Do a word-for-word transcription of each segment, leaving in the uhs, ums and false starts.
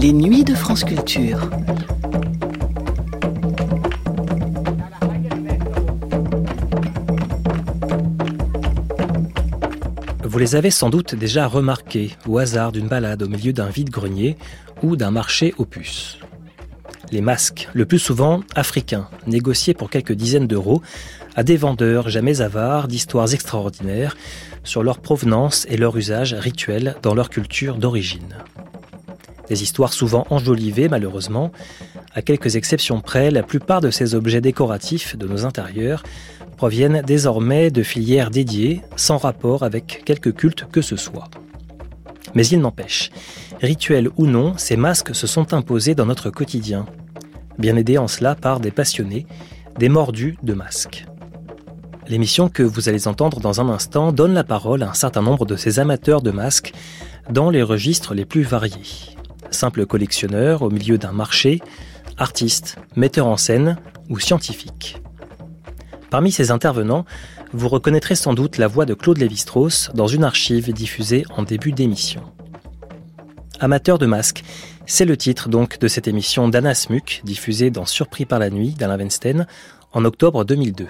Les nuits de France Culture. Vous les avez sans doute déjà remarqués au hasard d'une balade au milieu d'un vide-grenier ou d'un marché aux puces. Les masques, le plus souvent africains, négociés pour quelques dizaines d'euros, à des vendeurs jamais avares d'histoires extraordinaires sur leur provenance et leur usage rituel dans leur culture d'origine. Des histoires souvent enjolivées, malheureusement. À quelques exceptions près, la plupart de ces objets décoratifs de nos intérieurs proviennent désormais de filières dédiées, sans rapport avec quelque culte que ce soit. Mais il n'empêche, rituels ou non, ces masques se sont imposés dans notre quotidien, bien aidés en cela par des passionnés, des mordus de masques. L'émission que vous allez entendre dans un instant donne la parole à un certain nombre de ces amateurs de masques dans les registres les plus variés. Simples collectionneurs au milieu d'un marché, artistes, metteurs en scène ou scientifiques. Parmi ces intervenants, vous reconnaîtrez sans doute la voix de Claude Lévi-Strauss dans une archive diffusée en début d'émission. Amateur de masques, c'est le titre donc de cette émission d'Anna Smuk, diffusée dans Surpris par la nuit d'Alain Weinstein en octobre deux mille deux.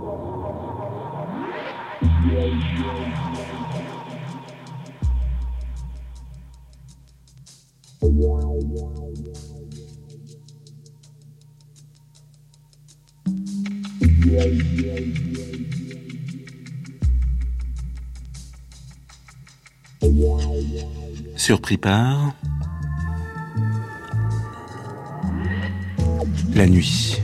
Surpris par la nuit.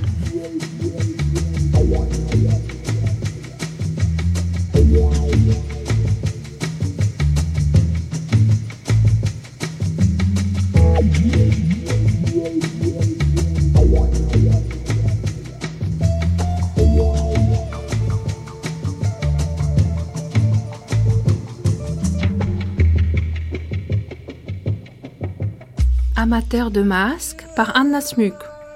Amateur de masques par Anna Smuk.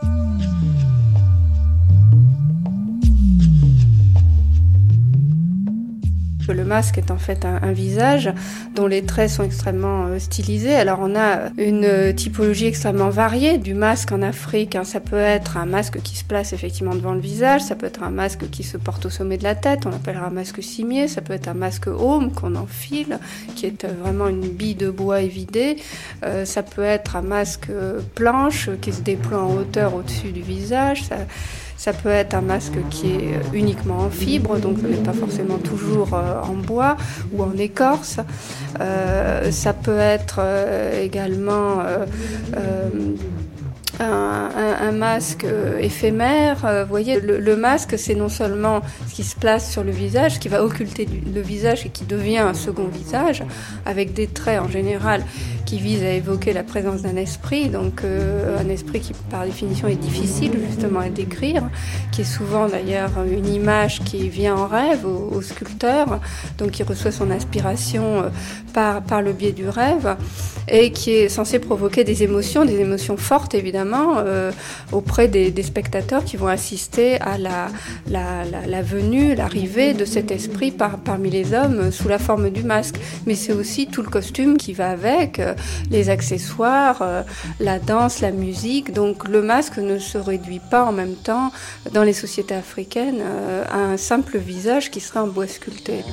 Le masque est en fait un, un visage dont les traits sont extrêmement euh, stylisés. Alors on a une euh, typologie extrêmement variée du masque en Afrique. Hein. Ça peut être un masque qui se place effectivement devant le visage, ça peut être un masque qui se porte au sommet de la tête, on l'appellera un masque cimier, ça peut être un masque aume qu'on enfile, qui est euh, vraiment une bille de bois évidée. Euh, ça peut être un masque euh, planche qui se déploie en hauteur au-dessus du visage. Ça, Ça peut être un masque qui est uniquement en fibre, donc n'est pas forcément toujours en bois ou en écorce. Euh, ça peut être également euh, euh, Un, un, un masque éphémère. Vous voyez, le, le masque, c'est non seulement ce qui se place sur le visage, qui va occulter le visage et qui devient un second visage, avec des traits en général qui visent à évoquer la présence d'un esprit, donc euh, un esprit qui par définition est difficile justement à décrire, qui est souvent d'ailleurs une image qui vient en rêve au, au sculpteur, donc qui reçoit son inspiration par, par le biais du rêve, et qui est censé provoquer des émotions, des émotions fortes évidemment, euh, auprès des, des spectateurs qui vont assister à la, la, la, la venue, l'arrivée de cet esprit par, parmi les hommes sous la forme du masque. Mais c'est aussi tout le costume qui va avec, euh, les accessoires, euh, la danse, la musique. Donc le masque ne se réduit pas en même temps dans les sociétés africaines euh, à un simple visage qui serait en bois sculpté.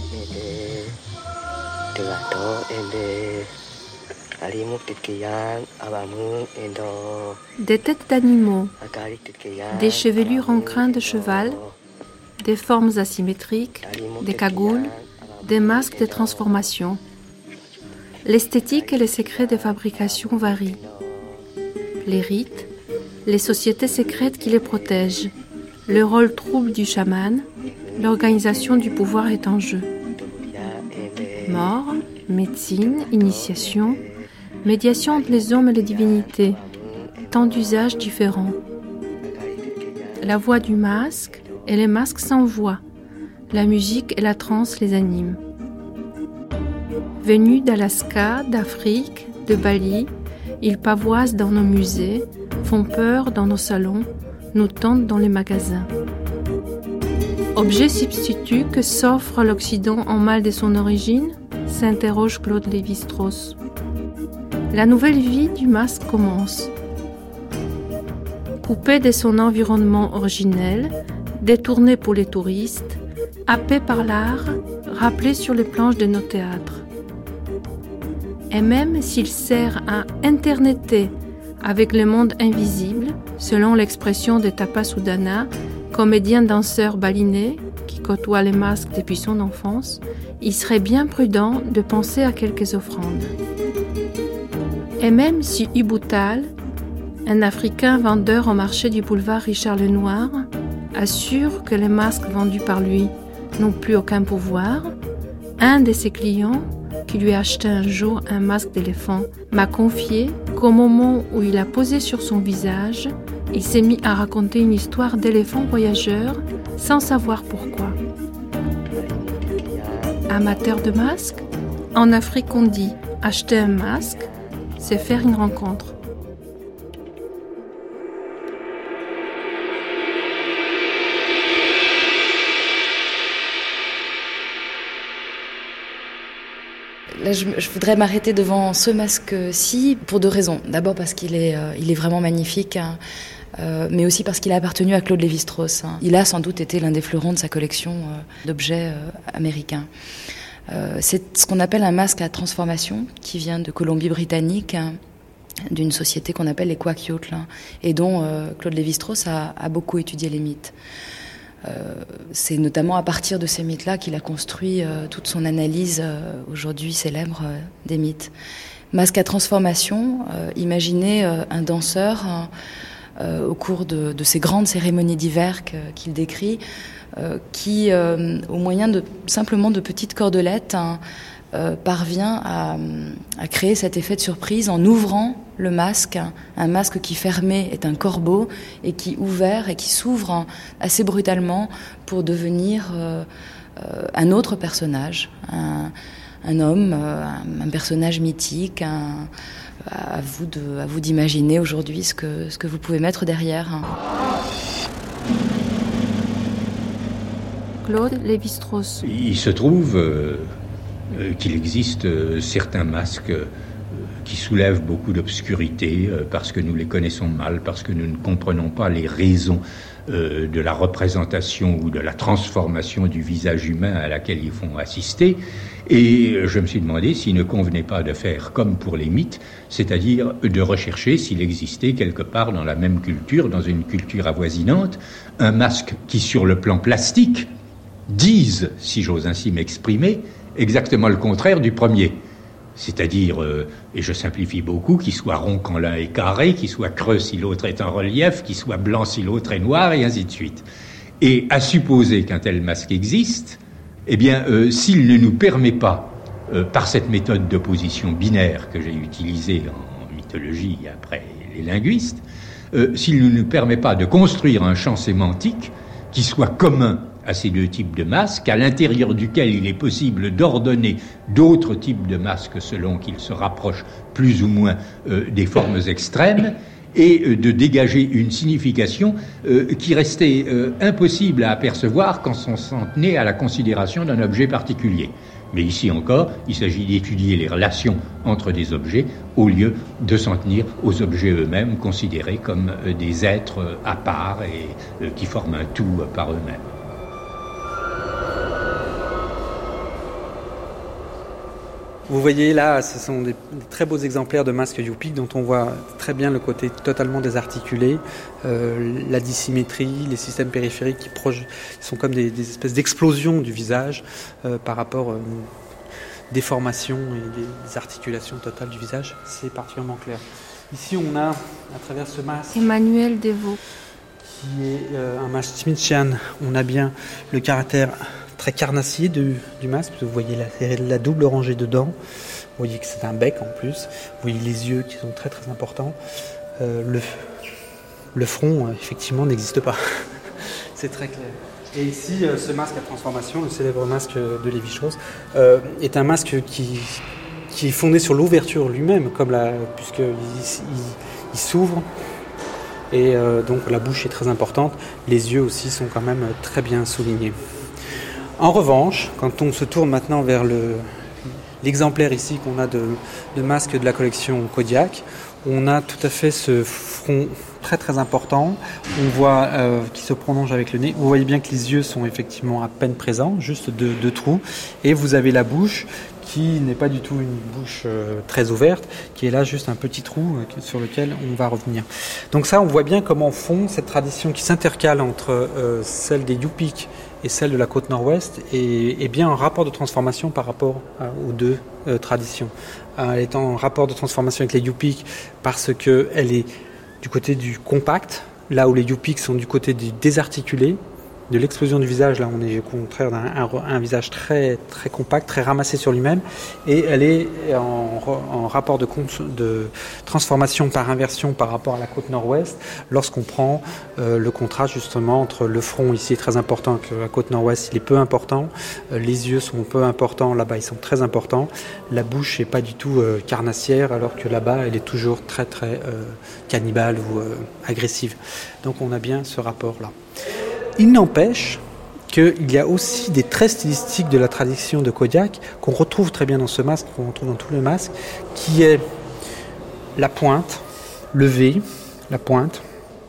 Des têtes d'animaux, des chevelures en crin de cheval, des formes asymétriques, des cagoules, des masques de transformation. L'esthétique et les secrets de fabrication varient. Les rites, les sociétés secrètes qui les protègent, le rôle trouble du chaman, l'organisation du pouvoir est en jeu. Mort, médecine, initiation, médiation entre les hommes et les divinités, tant d'usages différents. La voix du masque et les masques sans voix, la musique et la transe les animent. Venus d'Alaska, d'Afrique, de Bali, ils pavoisent dans nos musées, font peur dans nos salons, nous tentent dans les magasins. Objet substitut que s'offre l'Occident en mal de son origine, s'interroge Claude Lévi-Strauss. la nouvelle vie du masque commence. Coupé de son environnement originel, détourné pour les touristes, happé par l'art, rappelé sur les planches de nos théâtres. Et même s'il sert à internetter avec le monde invisible, selon l'expression de Tapa Soudana, comédien danseur balinais qui côtoie les masques depuis son enfance, il serait bien prudent de penser à quelques offrandes. Et même si Uboutal, un Africain vendeur au marché du boulevard Richard Lenoir, assure que les masques vendus par lui n'ont plus aucun pouvoir, un de ses clients, qui lui a acheté un jour un masque d'éléphant, m'a confié qu'au moment où il a posé sur son visage, il s'est mis à raconter une histoire d'éléphant voyageur sans savoir pourquoi. Amateur de masques, en Afrique on dit acheter un masque, c'est faire une rencontre. Là, je, je voudrais m'arrêter devant ce masque-ci pour deux raisons. D'abord parce qu'il est, euh, il est vraiment magnifique, hein, euh, mais aussi parce qu'il a appartenu à Claude Lévi-Strauss. Hein. Il a sans doute été l'un des fleurons de sa collection euh, d'objets euh, américains. Euh, c'est ce qu'on appelle un masque à transformation qui vient de Colombie-Britannique, hein, d'une société qu'on appelle les Kwakiutl, hein, et dont euh, Claude Lévi-Strauss a, a beaucoup étudié les mythes. Euh, c'est notamment à partir de ces mythes-là qu'il a construit euh, toute son analyse euh, aujourd'hui célèbre euh, des mythes. Masque à transformation, euh, imaginez euh, un danseur euh, au cours de, de ces grandes cérémonies d'hiver que, qu'il décrit, euh, qui, euh, au moyen de simplement de petites cordelettes, hein, euh, parvient à, à créer cet effet de surprise en ouvrant le masque, un masque qui fermé est un corbeau et qui ouvert et qui s'ouvre assez brutalement pour devenir euh, euh, un autre personnage, un, un homme, euh, un, un personnage mythique. Un, à vous de, à vous d'imaginer aujourd'hui ce que ce que vous pouvez mettre derrière. Claude Lévi-Strauss. Il se trouve euh, qu'il existe euh, certains masques euh, qui soulèvent beaucoup d'obscurité euh, parce que nous les connaissons mal, parce que nous ne comprenons pas les raisons euh, de la représentation ou de la transformation du visage humain à laquelle ils font assister. Et je me suis demandé s'il ne convenait pas de faire comme pour les mythes, c'est-à-dire de rechercher s'il existait quelque part dans la même culture, dans une culture avoisinante, un masque qui, sur le plan plastique, dise, si j'ose ainsi m'exprimer, exactement le contraire du premier. C'est-à-dire, euh, et je simplifie beaucoup, qu'il soit rond quand l'un est carré, qu'il soit creux si l'autre est en relief, qu'il soit blanc si l'autre est noir, et ainsi de suite. Et à supposer qu'un tel masque existe, eh bien, euh, s'il ne nous permet pas, euh, par cette méthode d'opposition binaire que j'ai utilisée en mythologie après les linguistes, euh, s'il ne nous permet pas de construire un champ sémantique qui soit commun à ces deux types de masques, à l'intérieur duquel il est possible d'ordonner d'autres types de masques selon qu'ils se rapprochent plus ou moins euh, des formes extrêmes, et euh, de dégager une signification euh, qui restait euh, impossible à apercevoir quand on s'en tenait à la considération d'un objet particulier. Mais ici encore, il s'agit d'étudier les relations entre des objets au lieu de s'en tenir aux objets eux-mêmes, considérés comme euh, des êtres euh, à part et euh, qui forment un tout euh, par eux-mêmes. Vous voyez là, ce sont des, des très beaux exemplaires de masques Yupik dont on voit très bien le côté totalement désarticulé, euh, la dissymétrie, les systèmes périphériques qui proje- sont comme des, des espèces d'explosions du visage euh, par rapport aux déformations et des, des articulations totales du visage. C'est particulièrement clair. Ici, on a, à travers ce masque... Emmanuel Devaux. Qui est euh, un masque Smithsonian. On a bien le caractère très carnassier du, du masque. Vous voyez la, la double rangée de dents. Vous voyez que c'est un bec en plus. Vous voyez les yeux qui sont très très importants. Euh, le, le front, euh, effectivement, n'existe pas. C'est très clair. Et ici, euh, ce masque à transformation, le célèbre masque de Lévi-Strauss, euh, est un masque qui, qui est fondé sur l'ouverture lui-même, comme la, puisqu'il il, il s'ouvre. Et euh, donc la bouche est très importante. Les yeux aussi sont quand même très bien soulignés. En revanche, quand on se tourne maintenant vers le, l'exemplaire ici qu'on a de, de masque de la collection Kodiak, on a tout à fait ce front très très important, on voit euh, qui se prolonge avec le nez, vous voyez bien que les yeux sont effectivement à peine présents, juste deux, deux trous, et vous avez la bouche qui n'est pas du tout une bouche euh, très ouverte, qui est là juste un petit trou euh, sur lequel on va revenir. Donc ça, on voit bien comment fond cette tradition qui s'intercale entre euh, celle des Yupik et celle de la côte nord-ouest est, est bien en rapport de transformation par rapport euh, aux deux euh, traditions. Euh, elle est en rapport de transformation avec les Yupik parce qu'elle est du côté du compact, là où les Yupik sont du côté du désarticulé, de l'explosion du visage. Là, on est au contraire d'un un, un visage très, très compact, très ramassé sur lui-même, et elle est en, en rapport de, de transformation par inversion par rapport à la côte nord-ouest, lorsqu'on prend euh, le contraste justement entre le front ici est très important, que la côte nord-ouest il est peu important, euh, les yeux sont peu importants, là-bas ils sont très importants, la bouche n'est pas du tout euh, carnassière, alors que là-bas elle est toujours très très euh, cannibale ou euh, agressive. Donc on a bien ce rapport-là. Il n'empêche qu'il y a aussi des traits stylistiques de la tradition de Kodiak qu'on retrouve très bien dans ce masque, qu'on retrouve dans tous les masques, qui est la pointe, le V, la pointe.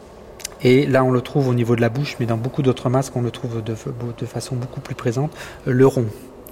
Et là, on le trouve au niveau de la bouche, mais dans beaucoup d'autres masques, on le trouve de, de façon beaucoup plus présente, le rond.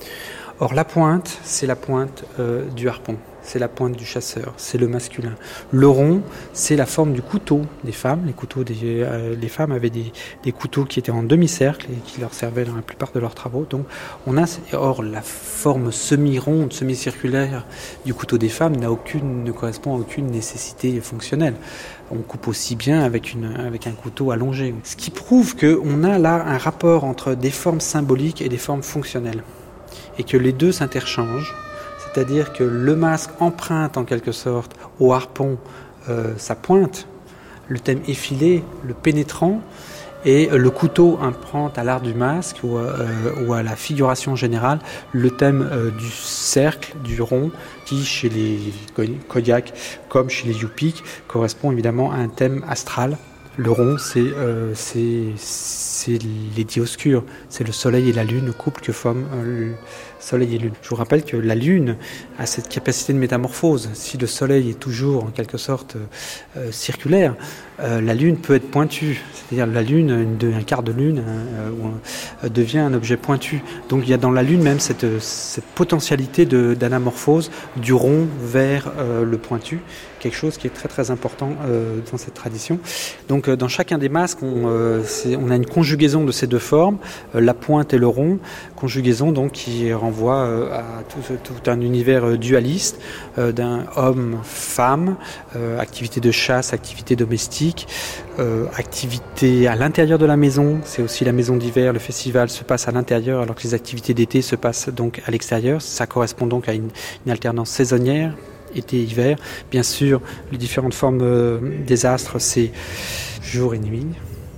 Or, la pointe, c'est la pointe euh, du harpon. C'est la pointe du chasseur, c'est le masculin. Le rond, c'est la forme du couteau des femmes. Les couteaux des, euh, les femmes avaient des, des couteaux qui étaient en demi-cercle et qui leur servaient dans la plupart de leurs travaux. Donc, on a, or, la forme semi-ronde, semi-circulaire du couteau des femmes n'a aucune, ne correspond à aucune nécessité fonctionnelle. On coupe aussi bien avec, une, avec un couteau allongé. Ce qui prouve qu'on a là un rapport entre des formes symboliques et des formes fonctionnelles. Et que les deux s'interchangent. C'est-à-dire que le masque emprunte en quelque sorte au harpon euh, sa pointe, le thème effilé, le pénétrant, et le couteau emprunte à l'art du masque ou, euh, ou à la figuration générale le thème euh, du cercle, du rond, qui chez les Kodiak comme chez les Yupik correspond évidemment à un thème astral. Le rond, c'est, euh, c'est, c'est les dioscures, c'est le soleil et la lune, le couple que forment euh, le soleil et lune. Je vous rappelle que la lune a cette capacité de métamorphose. Si le soleil est toujours en quelque sorte euh, circulaire, euh, la lune peut être pointue. C'est-à-dire la lune, une, un quart de lune euh, euh, devient un objet pointu. Donc il y a dans la lune même cette, cette potentialité de, d'anamorphose du rond vers euh, le pointu, quelque chose qui est très très important euh, dans cette tradition. Donc euh, dans chacun des masques, on, euh, c'est, on a une conjugaison de ces deux formes, euh, la pointe et le rond, conjugaison donc qui renvoie euh, à tout, tout un univers euh, dualiste euh, d'un homme-femme, euh, activité de chasse, activité domestique, euh, activité à l'intérieur de la maison, c'est aussi la maison d'hiver, le festival se passe à l'intérieur alors que les activités d'été se passent donc à l'extérieur, ça correspond donc à une, une alternance saisonnière, été-hiver. Bien sûr, les différentes formes euh, des astres, c'est jour et nuit,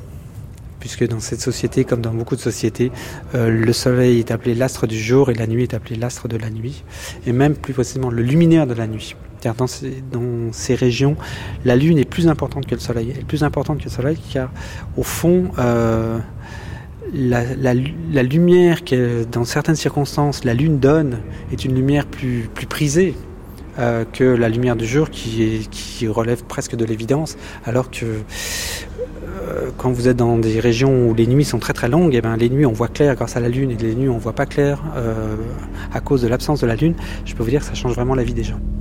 puisque dans cette société, comme dans beaucoup de sociétés, euh, le soleil est appelé l'astre du jour et la nuit est appelée l'astre de la nuit, et même plus précisément le luminaire de la nuit. C'est-à-dire dans ces, dans ces régions, la lune est plus importante que le soleil. Elle est plus importante que le soleil car, au fond, euh, la, la, la lumière que, dans certaines circonstances, la lune donne est une lumière plus, plus prisée euh, que la lumière du jour qui, est, qui relève presque de l'évidence, alors que euh, quand vous êtes dans des régions où les nuits sont très très longues, et ben les nuits on voit clair grâce à la lune et les nuits on voit pas clair euh, à cause de l'absence de la lune, je peux vous dire que ça change vraiment la vie des gens.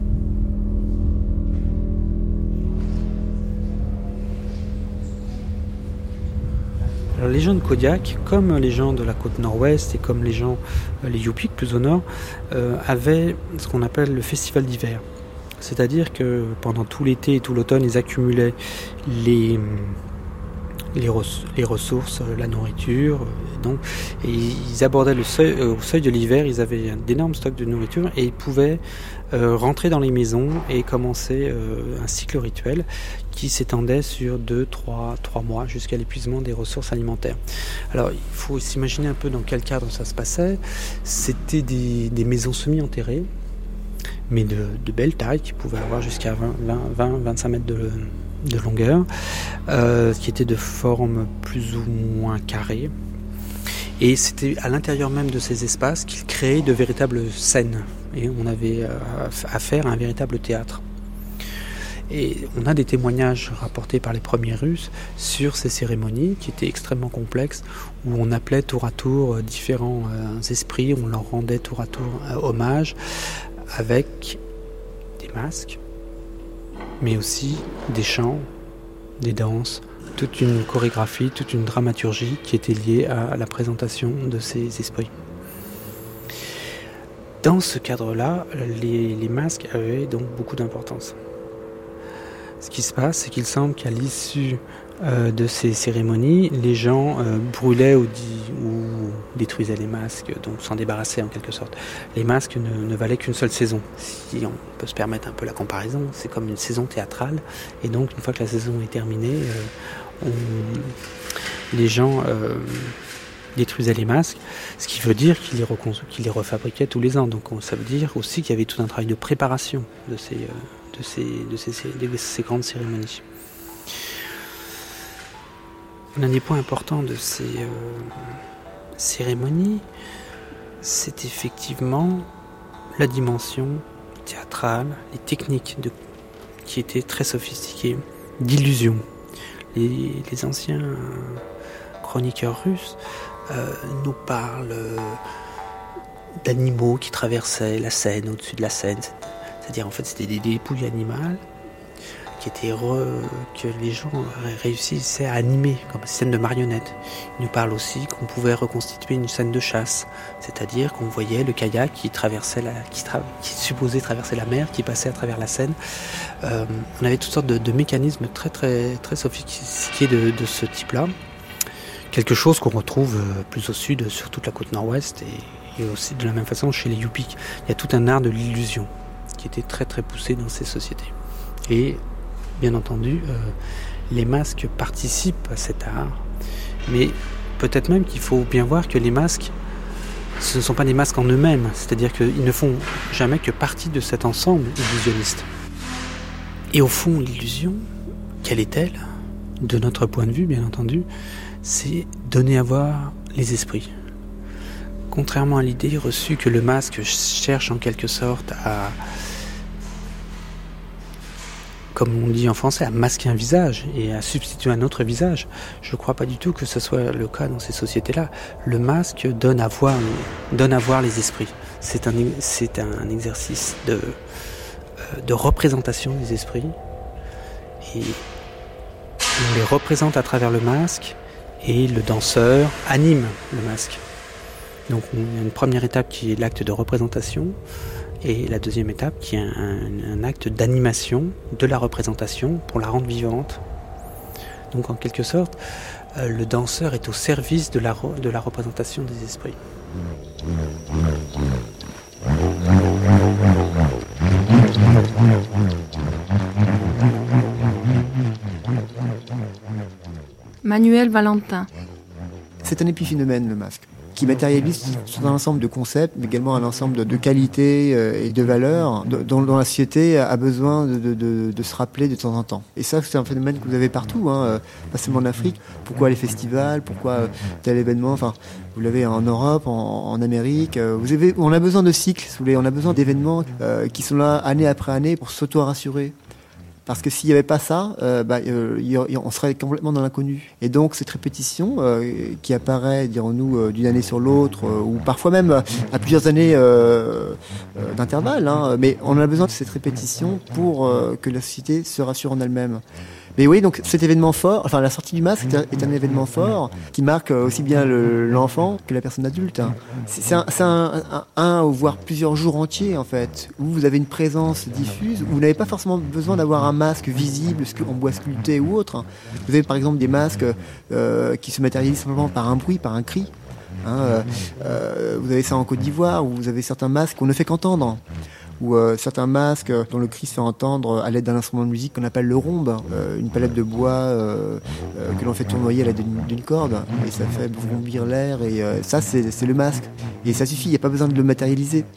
Alors, les gens de Kodiak, comme les gens de la côte nord-ouest et comme les gens, les Yupik plus au nord, euh, avaient ce qu'on appelle le festival d'hiver. C'est-à-dire que pendant tout l'été et tout l'automne, ils accumulaient les, les, res, les ressources, la nourriture, donc, et ils abordaient le seuil, euh, au seuil de l'hiver, ils avaient d'énormes stocks de nourriture et ils pouvaient euh, rentrer dans les maisons et commencer euh, un cycle rituel qui s'étendait sur deux, trois, trois mois jusqu'à l'épuisement des ressources alimentaires. Alors, il faut s'imaginer un peu dans quel cadre ça se passait. C'était des, des maisons semi-enterrées, mais de, de belle taille, qui pouvaient avoir jusqu'à vingt, vingt, vingt-cinq mètres de, de longueur, euh, qui étaient de forme plus ou moins carrée. Et c'était à l'intérieur même de ces espaces qu'ils créaient de véritables scènes. Et on avait affaire à un véritable théâtre. Et on a des témoignages rapportés par les premiers Russes sur ces cérémonies qui étaient extrêmement complexes, où on appelait tour à tour différents euh, esprits, on leur rendait tour à tour euh, hommage avec des masques, mais aussi des chants, des danses, toute une chorégraphie, toute une dramaturgie qui était liée à la présentation de ces esprits. Dans ce cadre-là, les, les masques avaient donc beaucoup d'importance. Ce qui se passe, c'est qu'il semble qu'à l'issue euh, de ces cérémonies, les gens euh, brûlaient ou, di- ou détruisaient les masques, donc s'en débarrassaient en quelque sorte. Les masques ne, ne valaient qu'une seule saison. Si on peut se permettre un peu la comparaison, c'est comme une saison théâtrale. Et donc, une fois que la saison est terminée, euh, on, les gens euh, détruisaient les masques, ce qui veut dire qu'ils les, recon- qu'ils les refabriquaient tous les ans. Donc, on, ça veut dire aussi qu'il y avait tout un travail de préparation de ces... Euh, De ces, de, ces, de ces grandes cérémonies. L'un des points importants de ces euh, cérémonies, c'est effectivement la dimension théâtrale, les techniques de, qui étaient très sophistiquées, d'illusion. Les, les anciens euh, chroniqueurs russes euh, nous parlent euh, d'animaux qui traversaient la Seine, au-dessus de la Seine. C'est-à-dire, en fait, c'était des dépouilles animales qui étaient re... que les gens réussissaient à animer comme une scène de marionnettes. Ils nous parlent aussi qu'on pouvait reconstituer une scène de chasse, c'est-à-dire qu'on voyait le kayak qui traversait la... qui, tra... qui supposait traverser la mer, qui passait à travers la Seine. Euh, on avait toutes sortes de, de mécanismes très très très sophistiqués de, de ce type-là. Quelque chose qu'on retrouve plus au sud, sur toute la côte nord-ouest, et, et aussi de la même façon chez les Yupik. Il y a tout un art de l'illusion qui était très très poussé dans ces sociétés. Et bien entendu, euh, les masques participent à cet art, mais peut-être même qu'il faut bien voir que les masques, ce ne sont pas des masques en eux-mêmes, c'est-à-dire qu'ils ne font jamais que partie de cet ensemble illusionniste. Et au fond, l'illusion, quelle est-elle ? De notre point de vue, bien entendu, c'est donner à voir les esprits. Contrairement à l'idée reçue que le masque cherche en quelque sorte à, comme on dit en français, à masquer un visage et à substituer un autre visage, je ne crois pas du tout que ce soit le cas dans ces sociétés-là. Le masque donne à voir, donne à voir les esprits. C'est un, c'est un exercice de, de représentation des esprits. Et on les représente à travers le masque et le danseur anime le masque. Donc il y a une première étape qui est l'acte de représentation et la deuxième étape qui est un, un, un acte d'animation de la représentation pour la rendre vivante. Donc en quelque sorte, euh, le danseur est au service de la, de la représentation des esprits. Manuel Valentin. C'est un épiphénomène, le masque, qui matérialise tout un ensemble de concepts, mais également un ensemble de, de qualités euh, et de valeurs dont, dont la société a besoin de, de, de, de se rappeler de temps en temps. Et ça, c'est un phénomène que vous avez partout, hein, pas seulement en Afrique. Pourquoi les festivals, pourquoi tel événement, enfin, vous l'avez en Europe, en, en Amérique. Vous avez, on a besoin de cycles, si vous voulez, on a besoin d'événements euh, qui sont là année après année pour s'auto-rassurer. Parce que s'il n'y avait pas ça, euh, bah, euh, y, y, on serait complètement dans l'inconnu. Et donc cette répétition euh, qui apparaît, dirons-nous, euh, d'une année sur l'autre, euh, ou parfois même euh, à plusieurs années euh, euh, d'intervalle, hein, mais on a besoin de cette répétition pour euh, que la société se rassure en elle-même. Mais oui, donc cet événement fort, enfin la sortie du masque est un, est un événement fort qui marque aussi bien le, l'enfant que la personne adulte. Hein. C'est, c'est, un, c'est un, un, un ou voire plusieurs jours entiers en fait, où vous avez une présence diffuse, où vous n'avez pas forcément besoin d'avoir un masque visible en bois sculpté ou autre. Vous avez par exemple des masques euh, qui se matérialisent simplement par un bruit, par un cri. Hein, euh, euh, vous avez ça en Côte d'Ivoire, où vous avez certains masques qu'on ne fait qu'entendre. Ou euh, certains masques dont le cri se fait entendre à l'aide d'un instrument de musique qu'on appelle le rhombe, euh, une palette de bois euh, euh, que l'on fait tournoyer à l'aide d'une, d'une corde, et ça fait vrombir l'air, et euh, ça c'est, c'est le masque. Et ça suffit, il n'y a pas besoin de le matérialiser.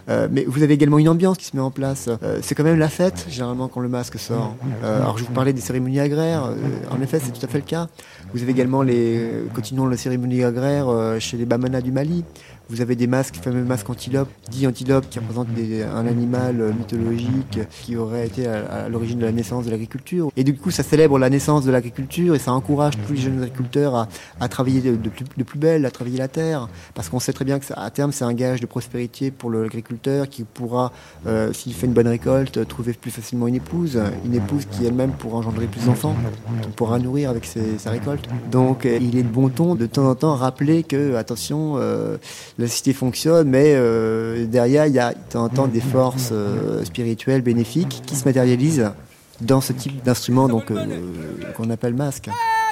Euh, mais vous avez également une ambiance qui se met en place. Euh, c'est quand même la fête, généralement, quand le masque sort. Euh, alors, je vous parlais des cérémonies agraires. Euh, en effet, c'est tout à fait le cas. Vous avez également les, continuons la cérémonie agraire euh, chez les Bamana du Mali. Vous avez des masques, fameux masques antilope, dit antilope, qui représentent des, un animal euh, mythologique qui aurait été à, à l'origine de la naissance de l'agriculture. Et du coup, ça célèbre la naissance de l'agriculture et ça encourage tous les jeunes agriculteurs à, à travailler de, de, plus, de plus belle, à travailler la terre. Parce qu'on sait très bien que ça, à terme, c'est un gage de prospérité pour l'agriculteur qui pourra, euh, s'il fait une bonne récolte, trouver plus facilement une épouse. Une épouse qui elle-même pourra engendrer plus d'enfants, qui pourra nourrir avec ses, sa récolte. Donc, euh, il est de bon ton de temps en temps rappeler que, attention, euh, la cité fonctionne, mais euh, derrière, il y a de temps en temps des forces euh, spirituelles bénéfiques qui se matérialisent dans ce type d'instrument donc, euh, qu'on appelle masque.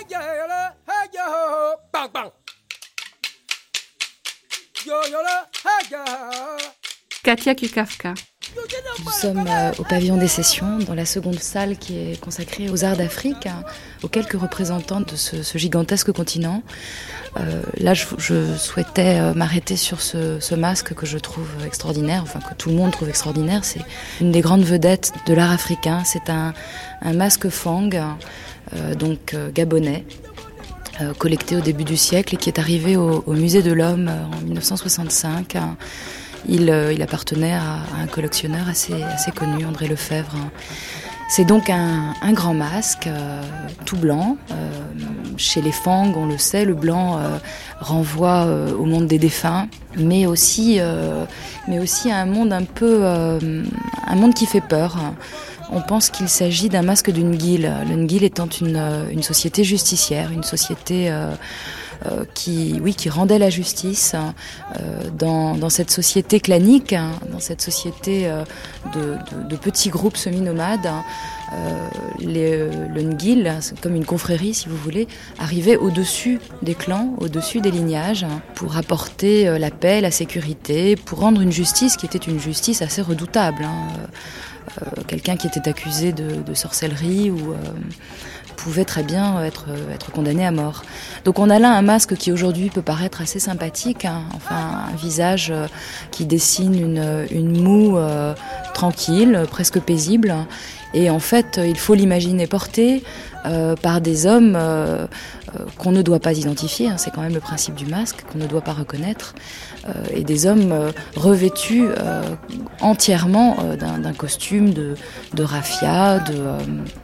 Katia Kukavka. Nous sommes euh, au pavillon des sessions, dans la seconde salle qui est consacrée aux arts d'Afrique, hein, aux quelques représentants de ce, ce gigantesque continent. Euh, là, je, je souhaitais euh, m'arrêter sur ce, ce masque que je trouve extraordinaire, enfin que tout le monde trouve extraordinaire. C'est une des grandes vedettes de l'art africain. C'est un, un masque Fang, euh, donc euh, gabonais, euh, collecté au début du siècle et qui est arrivé au, au Musée de l'Homme euh, en dix-neuf cent soixante-cinq. Hein. Il, euh, il appartenait à, à un collectionneur assez, assez connu, André Lefebvre. C'est donc un, un grand masque, euh, tout blanc. Euh, chez les Fang, on le sait, le blanc euh, renvoie euh, au monde des défunts, mais aussi, euh, mais aussi à un monde un peu, euh, un monde qui fait peur. On pense qu'il s'agit d'un masque d'une guilde. Le Ngil étant une, une société justicière, une société euh, euh, qui, oui, qui rendait la justice euh, dans, dans cette société clanique, hein, dans cette société euh, de, de, de petits groupes semi-nomades. Euh, les, le Ngil, comme une confrérie si vous voulez, arrivait au-dessus des clans, au-dessus des lignages, pour apporter la paix, la sécurité, pour rendre une justice qui était une justice assez redoutable. Hein. Euh, quelqu'un qui était accusé de, de sorcellerie ou euh, pouvait très bien être, être condamné à mort. Donc on a là un masque qui aujourd'hui peut paraître assez sympathique, hein, enfin un visage euh, qui dessine une, une moue euh, tranquille, presque paisible. Et en fait, il faut l'imaginer porté euh, par des hommes euh, euh, qu'on ne doit pas identifier, hein, c'est quand même le principe du masque, qu'on ne doit pas reconnaître, euh, et des hommes euh, revêtus euh, entièrement euh, d'un, d'un costume de, de raffia, de... Euh,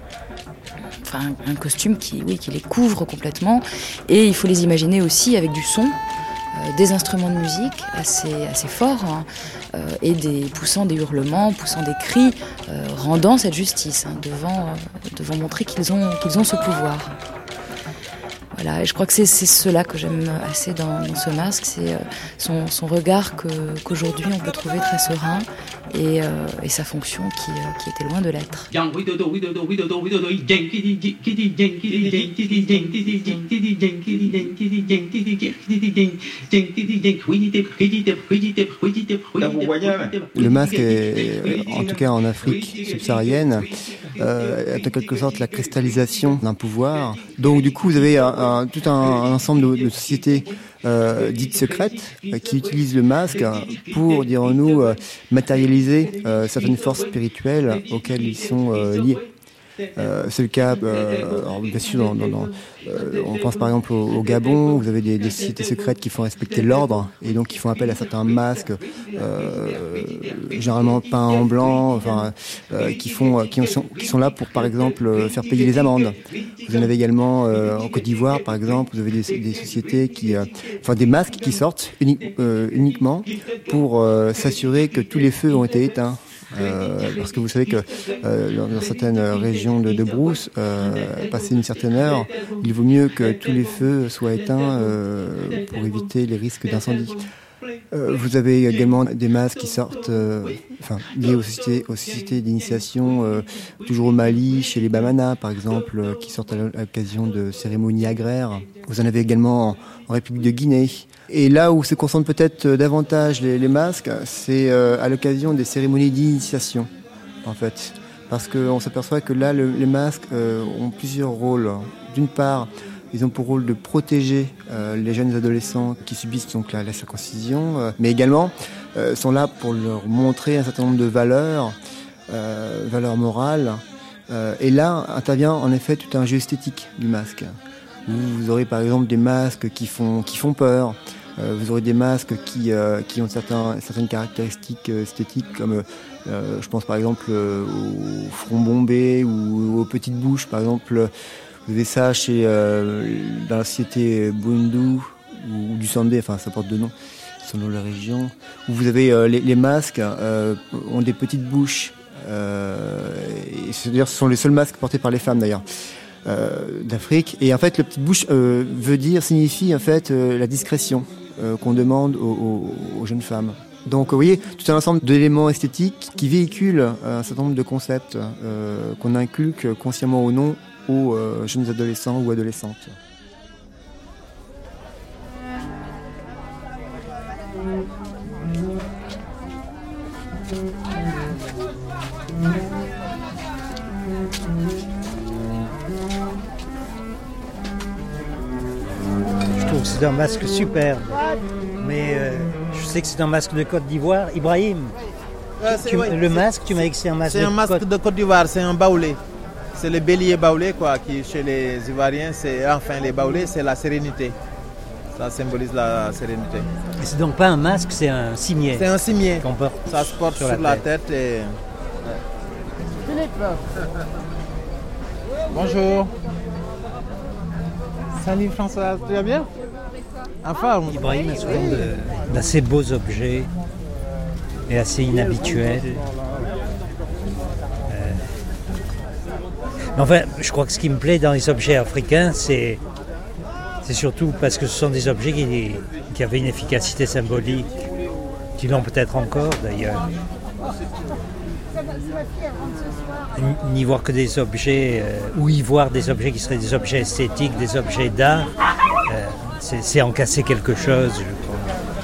Enfin, un costume qui, oui, qui les couvre complètement. Et il faut les imaginer aussi avec du son, euh, des instruments de musique assez, assez forts, hein, euh, et des, poussant des hurlements, poussant des cris, euh, rendant cette justice, hein, devant, euh, devant montrer qu'ils ont, qu'ils ont ce pouvoir. Voilà, et je crois que c'est, c'est cela que j'aime assez dans, dans ce masque, c'est euh, son, son regard que, qu'aujourd'hui on peut trouver très serein et, euh, et sa fonction qui, euh, qui était loin de l'être. Le masque est, en tout cas en Afrique subsaharienne, euh, est en quelque sorte la cristallisation d'un pouvoir. Donc du coup vous avez un, un, tout un, un ensemble de, de sociétés euh, dites secrètes euh, qui utilisent le masque pour, dirons-nous, euh, matérialiser euh, certaines forces spirituelles auxquelles ils sont euh, liés. Euh, c'est le cas, euh, alors bien sûr, dans, dans, dans, euh, on pense par exemple au, au Gabon, vous avez des, des sociétés secrètes qui font respecter l'ordre et donc qui font appel à certains masques, euh, généralement peints en blanc, enfin, euh, qui font, qui sont, qui sont là pour par exemple faire payer les amendes. Vous en avez également euh, en Côte d'Ivoire, par exemple, vous avez des, des sociétés qui, euh, enfin des masques qui sortent uni, euh, uniquement pour euh, s'assurer que tous les feux ont été éteints. Euh, parce que vous savez que euh, dans, dans certaines régions de, de brousse, euh, passé une certaine heure, il vaut mieux que tous les feux soient éteints euh, pour éviter les risques d'incendie. Euh, vous avez également des masques qui sortent, euh, enfin liés aux sociétés, aux sociétés d'initiation, euh, toujours au Mali, chez les Bamana par exemple, euh, qui sortent à l'occasion de cérémonies agraires. Vous en avez également en, en République de Guinée. Et là où se concentrent peut-être davantage les, les masques, c'est euh, à l'occasion des cérémonies d'initiation, en fait. Parce qu'on s'aperçoit que là, le, les masques euh, ont plusieurs rôles. D'une part, ils ont pour rôle de protéger euh, les jeunes adolescents qui subissent donc la, la circoncision, euh, mais également euh, sont là pour leur montrer un certain nombre de valeurs, euh, valeurs morales. Euh, et là intervient en effet tout un jeu esthétique du masque. Où vous aurez par exemple des masques qui font, qui font peur. Euh, vous aurez des masques qui, euh, qui ont certains, certaines caractéristiques euh, esthétiques, comme euh, je pense par exemple euh, au front bombé ou aux petites bouches. Par exemple, vous avez ça chez, euh, dans la société Bundu ou du Sandé, enfin ça porte deux noms selon la région, où vous avez euh, les, les masques euh, ont des petites bouches. Euh, et c'est-à-dire ce sont les seuls masques portés par les femmes d'ailleurs. Euh, d'Afrique, et en fait le petite bouche euh, veut dire, signifie en fait euh, la discrétion euh, qu'on demande aux, aux, aux jeunes femmes. Donc vous voyez, tout un ensemble d'éléments esthétiques qui véhiculent un certain nombre de concepts euh, qu'on inculque consciemment ou non aux euh, jeunes adolescents ou adolescentes. C'est un masque superbe, mais euh, je sais que c'est un masque de Côte d'Ivoire. Ibrahim, euh, tu, ouais, le masque, tu m'as dit que c'est un masque, c'est de, un masque Côte... de Côte d'Ivoire, c'est un baoulé. C'est le bélier baoulé, quoi, qui chez les Ivoiriens, c'est enfin les baoulés, c'est la sérénité. Ça symbolise la sérénité. Et c'est donc pas un masque, c'est un cimier. C'est un cimier qu'on porte. Ça se porte sur, sur la, tête. la tête et. Bonjour. Salut Françoise, tu vas bien? Enfin, on... Ibrahim a souvent de, d'assez beaux objets et assez inhabituels. Euh... Enfin, je crois que ce qui me plaît dans les objets africains, c'est, c'est surtout parce que ce sont des objets qui, qui avaient une efficacité symbolique, qui l'ont peut-être encore d'ailleurs. N'y voir que des objets, euh, ou y voir des objets qui seraient des objets esthétiques, des objets d'art, euh, c'est, c'est en casser quelque chose, je crois.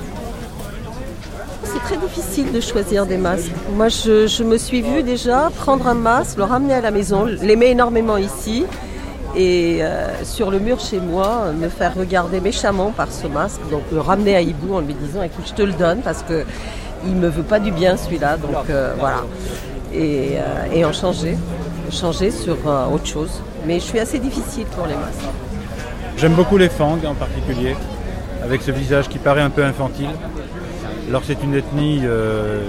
C'est très difficile de choisir des masques. Moi, je, je me suis vue déjà prendre un masque, le ramener à la maison, l'aimer énormément ici, et euh, sur le mur chez moi, me faire regarder méchamment par ce masque, donc le ramener à Hibou en lui disant « écoute, je te le donne parce que il me veut pas du bien celui-là, donc euh, voilà ». Et, euh, et en changer, changer sur euh, autre chose. Mais je suis assez difficile pour les masques. J'aime beaucoup les Fang en particulier, avec ce visage qui paraît un peu infantile. Alors c'est une ethnie euh,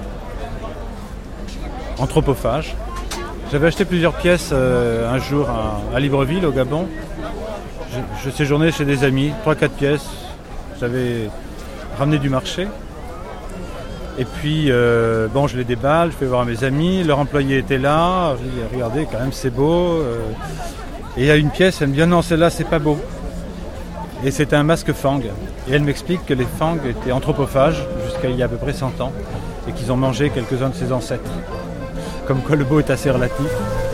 anthropophage. J'avais acheté plusieurs pièces euh, un jour à, à Libreville, au Gabon. Je, je séjournais chez des amis, trois quatre pièces. J'avais ramené du marché. Et puis, euh, bon, je les déballe, je fais voir à mes amis, leur employé était là, je dis, regardez, quand même, c'est beau. Euh, et il y a une pièce, elle me dit, non, celle-là, c'est pas beau. Et c'était un masque Fang. Et elle m'explique que les Fang étaient anthropophages jusqu'à il y a à peu près cent ans, et qu'ils ont mangé quelques-uns de ses ancêtres. Comme quoi, le beau est assez relatif.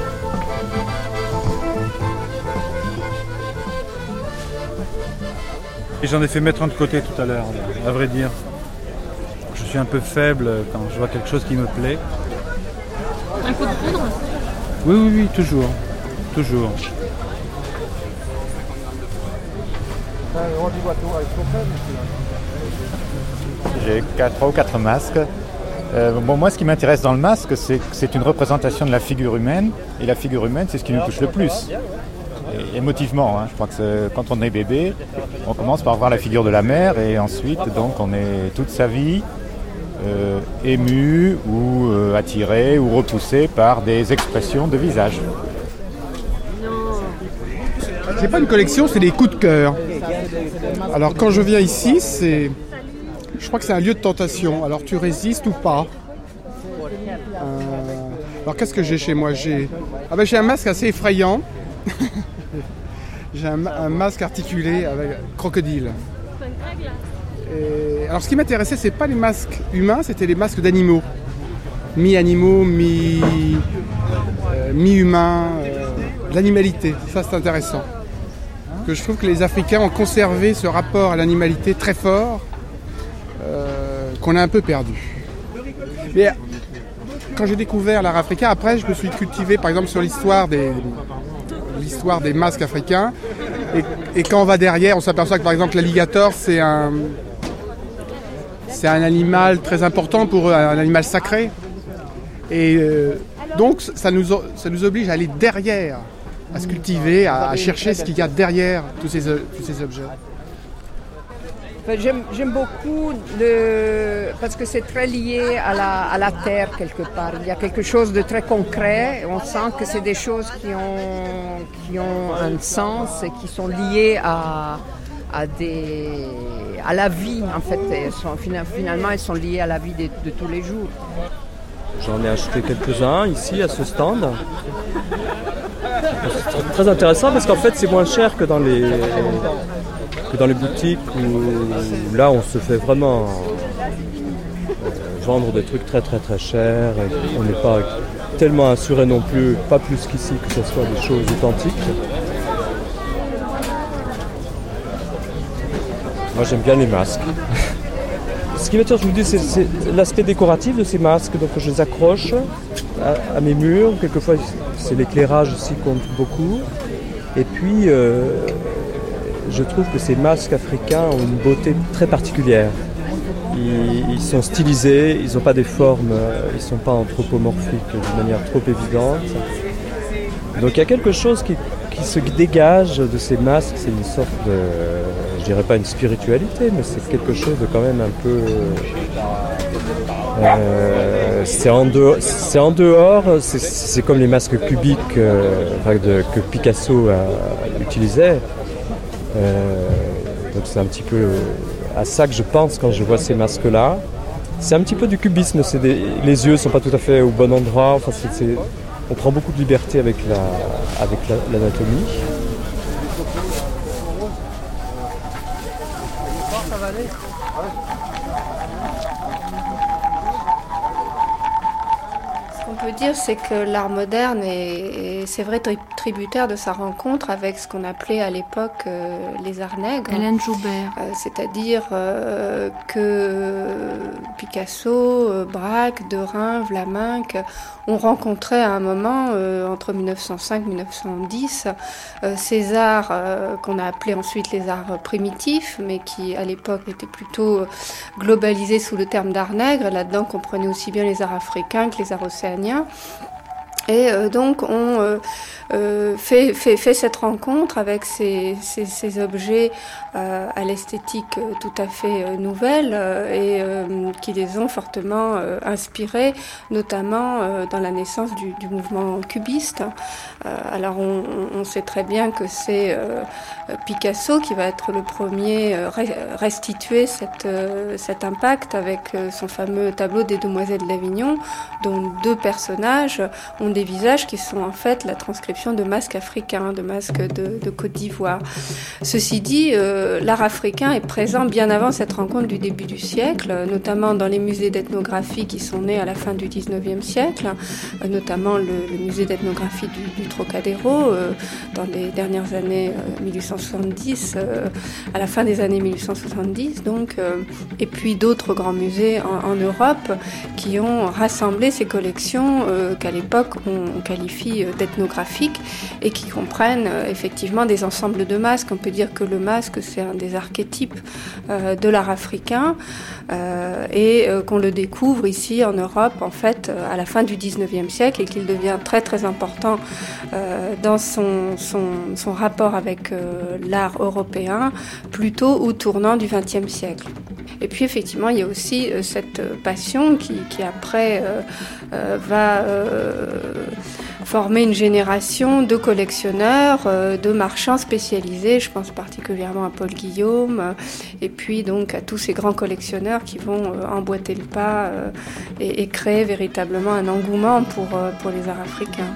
Et j'en ai fait mettre un de côté tout à l'heure, à vrai dire. Je suis un peu faible quand je vois quelque chose qui me plaît. Un coup de poudre ? Oui, oui, oui, toujours. Toujours. J'ai trois ou quatre masques. Euh, bon, moi, ce qui m'intéresse dans le masque, c'est que c'est une représentation de la figure humaine. Et la figure humaine, c'est ce qui nous touche le plus. Et, émotivement, hein. Je crois que c'est, quand on est bébé, on commence par voir la figure de la mère et ensuite, donc, on est toute sa vie Euh, ému ou euh, attiré ou repoussé par des expressions de visage. C'est pas une collection, c'est des coups de cœur. Alors quand je viens ici, c'est, je crois que c'est un lieu de tentation. Alors tu résistes ou pas. Euh... Alors qu'est-ce que j'ai chez moi ? J'ai, ah ben j'ai un masque assez effrayant. J'ai un, un masque articulé avec crocodile. Et alors ce qui m'intéressait, c'est pas les masques humains, c'était les masques d'animaux. Mi-animaux, mi, euh, mi-humains, euh, l'animalité. Ça c'est intéressant. Que je trouve que les Africains ont conservé ce rapport à l'animalité très fort, euh, qu'on a un peu perdu. Mais quand j'ai découvert l'art africain, après je me suis cultivé par exemple sur l'histoire des, l'histoire des masques africains. Et, et quand on va derrière, on s'aperçoit que par exemple l'alligator c'est un... c'est un animal très important pour eux, un animal sacré. Et euh, donc ça nous, ça nous oblige à aller derrière, à se cultiver, à, à chercher ce qu'il y a derrière tous ces, tous ces objets. J'aime, j'aime beaucoup le, parce que c'est très lié à la, à la terre quelque part. Il y a quelque chose de très concret. On sent que c'est des choses qui ont, qui ont un sens et qui sont liées à, à, des, à la vie. En fait, elles sont, finalement, elles sont liées à la vie de, de tous les jours. J'en ai acheté quelques-uns ici à ce stand. C'est très intéressant parce qu'en fait, c'est moins cher que dans les... que dans les boutiques où là on se fait vraiment euh, vendre des trucs très très très chers et on n'est pas tellement assuré non plus, pas plus qu'ici, que ce soit des choses authentiques. Moi j'aime bien les masques. Ce qui m'attire, je vous dis, c'est, c'est l'aspect décoratif de ces masques, donc je les accroche à, à mes murs, quelquefois c'est l'éclairage aussi qui compte beaucoup. Et puis euh, je trouve que ces masques africains ont une beauté très particulière. Ils, ils sont stylisés, ils n'ont pas des formes, ils ne sont pas anthropomorphiques de manière trop évidente. Donc il y a quelque chose qui, qui se dégage de ces masques, c'est une sorte de, je dirais pas une spiritualité, mais c'est quelque chose de quand même un peu... Euh, c'est, en dehors, c'est en dehors, c'est, c'est comme les masques cubiques euh, enfin de, que Picasso a, utilisait. Euh, donc c'est un petit peu à ça que je pense quand je vois ces masques-là. C'est un petit peu du cubisme, c'est des, les yeux ne sont pas tout à fait au bon endroit. Enfin, c'est, c'est, on prend beaucoup de liberté avec, la, avec la, l'anatomie. Peut dire, c'est que l'art moderne est, est c'est vrai, tri- tributaire de sa rencontre avec ce qu'on appelait à l'époque euh, les arts nègres. Hélène Joubert. Euh, c'est-à-dire euh, que Picasso, euh, Braque, Derain, Vlaminck ont rencontré à un moment, euh, entre dix-neuf cent cinq et dix-neuf cent dix, euh, ces arts euh, qu'on a appelés ensuite les arts primitifs, mais qui à l'époque étaient plutôt globalisés sous le terme d'art nègre. Là-dedans comprenaient aussi bien les arts africains que les arts océaniens. Et euh, donc on euh, euh, fait, fait, fait cette rencontre avec ces, ces, ces objets euh, à l'esthétique euh, tout à fait euh, nouvelle euh, et euh, qui les ont fortement euh, inspirés, notamment euh, dans la naissance du, du mouvement cubiste. Euh, alors on, on sait très bien que c'est euh, Picasso qui va être le premier euh, restituer cette, euh, cet impact avec euh, son fameux tableau des Demoiselles d'Avignon, dont deux personnages ont des visages qui sont en fait la transcription de masques africains, de masques de, de Côte d'Ivoire. Ceci dit, euh, l'art africain est présent bien avant cette rencontre du début du siècle, notamment dans les musées d'ethnographie qui sont nés à la fin du dix-neuvième siècle, euh, notamment le, le musée d'ethnographie du, du Trocadéro euh, dans les dernières années euh, mille huit cent soixante-dix, euh, à la fin des années mille huit cent soixante-dix, donc, euh, et puis d'autres grands musées en, en Europe qui ont rassemblé ces collections euh, qu'à l'époque on qualifie d'ethnographiques et qui comprennent euh, effectivement des ensembles de masques. On peut dire que le masque c'est un des archétypes euh, de l'art africain euh, et euh, qu'on le découvre ici en Europe en fait euh, à la fin du dix-neuvième siècle et qu'il devient très très important euh, dans son, son, son rapport avec euh, l'art européen plutôt au tournant du vingtième siècle. Et puis effectivement, il y a aussi euh, cette passion qui, qui après euh, euh, va euh, former une génération de collectionneurs, euh, de marchands spécialisés. Je pense particulièrement à Paul Guillaume, euh, et puis donc à tous ces grands collectionneurs qui vont euh, emboîter le pas euh, et, et créer véritablement un engouement pour, euh, pour les arts africains.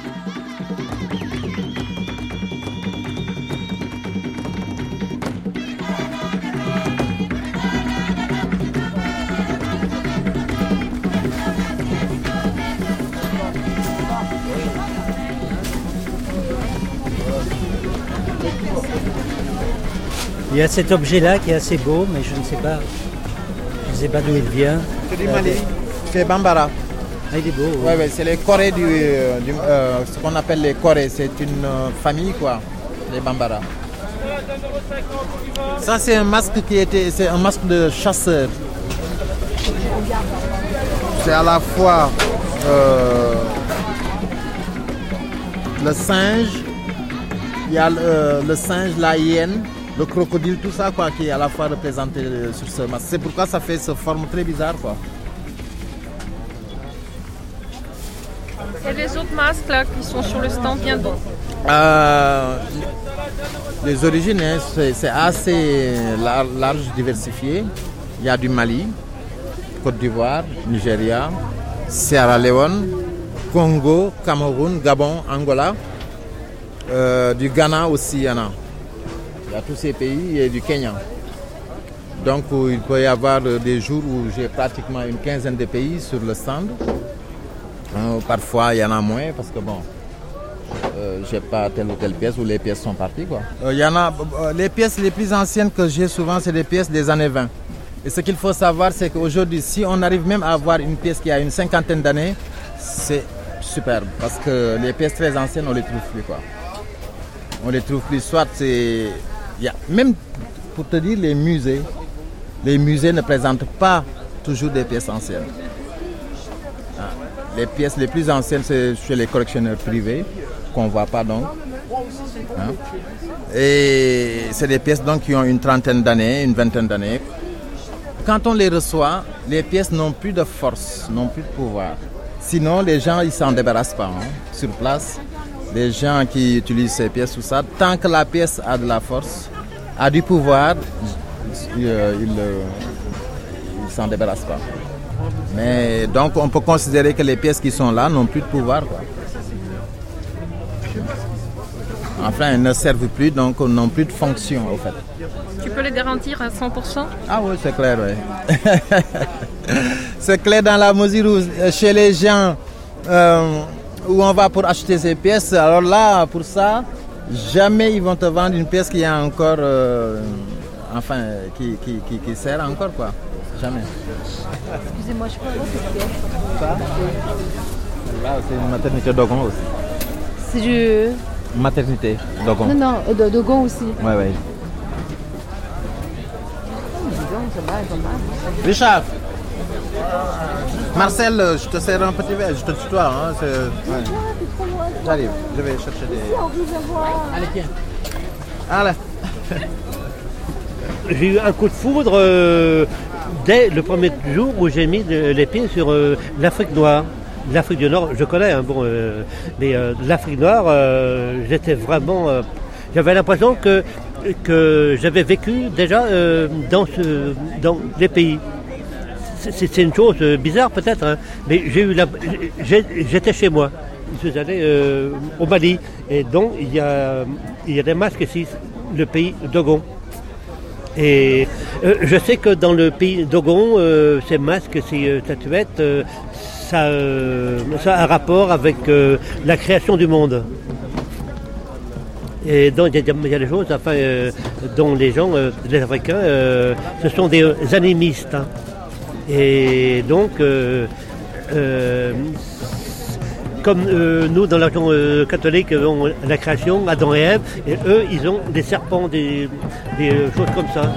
Il y a cet objet-là qui est assez beau, mais je ne sais pas, je ne sais pas d'où il vient. C'est du Mali, c'est Bambara. Ah, il est beau. Oui, ouais, ouais, c'est les Corées du, du euh, ce qu'on appelle les Corées. C'est une euh, famille, quoi, les Bambara. Ça, c'est un masque qui était, c'est un masque de chasseur. C'est à la fois euh, le singe, il y a le, le singe, la hyène, le crocodile, tout ça quoi, qui est à la fois représenté sur ce masque. C'est pourquoi ça fait cette forme très bizarre quoi. Et les autres masques là qui sont sur le stand viennent d'où? euh, Les origines, hein, c'est, c'est assez lar- large, diversifié. Il y a du Mali, Côte d'Ivoire, Nigeria, Sierra Leone, Congo, Cameroun, Gabon, Angola. Euh, du Ghana aussi, il y en a. Il y a tous ces pays et du Kenya. Donc il peut y avoir des jours où j'ai pratiquement une quinzaine de pays sur le stand. Euh, parfois il y en a moins parce que bon, euh, j'ai pas telle ou telle pièce où les pièces sont parties quoi. Euh, il y en a, euh, les pièces les plus anciennes que j'ai souvent c'est des pièces des années vingt. Et ce qu'il faut savoir c'est qu'aujourd'hui si on arrive même à avoir une pièce qui a une cinquantaine d'années, c'est superbe parce que les pièces très anciennes on les trouve plus quoi. On les trouve plus, soit c'est... Il y a, même pour te dire les musées, les musées ne présentent pas toujours des pièces anciennes. Ah, les pièces les plus anciennes c'est chez les collectionneurs privés, qu'on ne voit pas donc. Hein. Et c'est des pièces donc qui ont une trentaine d'années, une vingtaine d'années. Quand on les reçoit, les pièces n'ont plus de force, n'ont plus de pouvoir. Sinon les gens ils ne s'en débarrassent pas hein, sur place. Les gens qui utilisent ces pièces, tout ça, tant que la pièce a de la force, a du pouvoir, ils ne s'en débarrassent pas. Mais donc on peut considérer que les pièces qui sont là n'ont plus de pouvoir, quoi. Enfin, elles ne servent plus, donc n'ont plus de fonction, au fait. Tu peux les garantir à cent pour cent? Ah oui, c'est clair, oui. C'est clair dans la mesure où chez les gens... Euh, où on va pour acheter ces pièces, alors là, pour ça, jamais ils vont te vendre une pièce qui est encore, euh, enfin, qui, qui, qui, qui sert encore, quoi. Jamais. Excusez-moi, je peux avoir cette pièce? Ça, là, c'est une maternité Dogon aussi. C'est du... Maternité Dogon. Non, non, de Dogon aussi. Oui, oui. Oh, dis donc, c'est mal, c'est mal. Richard, Marcel, je te sers un petit verre, je te tutoie. Hein, c'est... Ouais. J'arrive, je vais chercher des... Allez, tiens. Allez. J'ai eu un coup de foudre euh, dès le premier jour où j'ai mis de, les pieds sur euh, l'Afrique noire. L'Afrique du Nord, je connais, hein, bon, euh, mais euh, l'Afrique noire, euh, j'étais vraiment... Euh, j'avais l'impression que, que j'avais vécu déjà euh, dans, ce, dans les pays. C'est, c'est une chose bizarre peut-être, hein, mais j'ai eu la, j'ai, j'étais chez moi. Je suis allé euh, au Mali et donc il y a, il y a des masques ici, le pays Dogon. Et euh, je sais que dans le pays Dogon, euh, ces masques, ces euh, statuettes, euh, ça, euh, ça a un rapport avec euh, la création du monde. Et donc il y, y a des choses, enfin, euh, dont les gens, euh, les Africains, euh, ce sont des euh, animistes. Hein. Et donc, euh, euh, comme euh, nous, dans la religion euh, catholique, avons la création, Adam et Ève, et eux, ils ont des serpents, des, des euh, choses comme ça.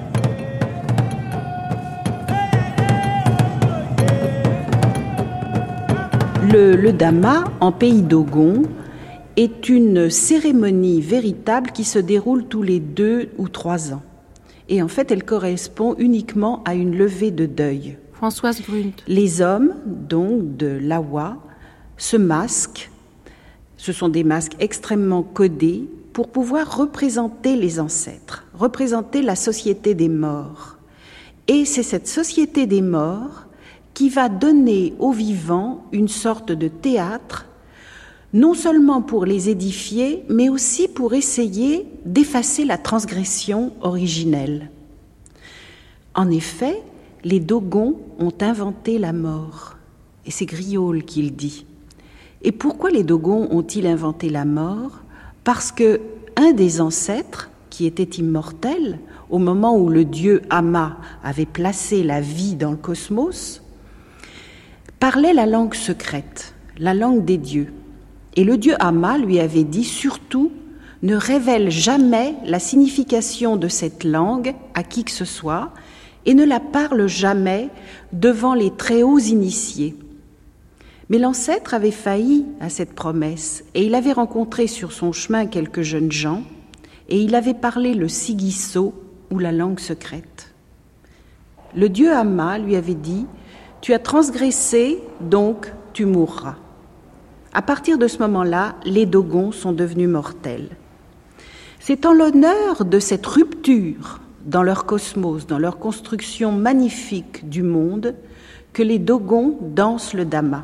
Le, le Dama, en pays Dogon, est une cérémonie véritable qui se déroule tous les deux ou trois ans. Et en fait, elle correspond uniquement à une levée de deuil. Françoise Grunt. Les hommes, donc, de l'Awa, se masquent. Ce sont des masques extrêmement codés pour pouvoir représenter les ancêtres, représenter la société des morts. Et c'est cette société des morts qui va donner aux vivants une sorte de théâtre, non seulement pour les édifier, mais aussi pour essayer d'effacer la transgression originelle. En effet, les Dogons ont inventé la mort, et c'est Griaule qui le dit. Et pourquoi les Dogons ont-ils inventé la mort? Parce que un des ancêtres, qui était immortel, au moment où le dieu Ama avait placé la vie dans le cosmos, parlait la langue secrète, la langue des dieux. Et le dieu Ama lui avait dit surtout ne révèle jamais la signification de cette langue à qui que ce soit, et ne la parle jamais devant les très hauts initiés. Mais l'ancêtre avait failli à cette promesse, et il avait rencontré sur son chemin quelques jeunes gens, et il avait parlé le sigiso, ou la langue secrète. Le dieu Ama lui avait dit « Tu as transgressé, donc tu mourras ». À partir de ce moment-là, les Dogons sont devenus mortels. C'est en l'honneur de cette rupture dans leur cosmos, dans leur construction magnifique du monde, que les Dogons dansent le Dama.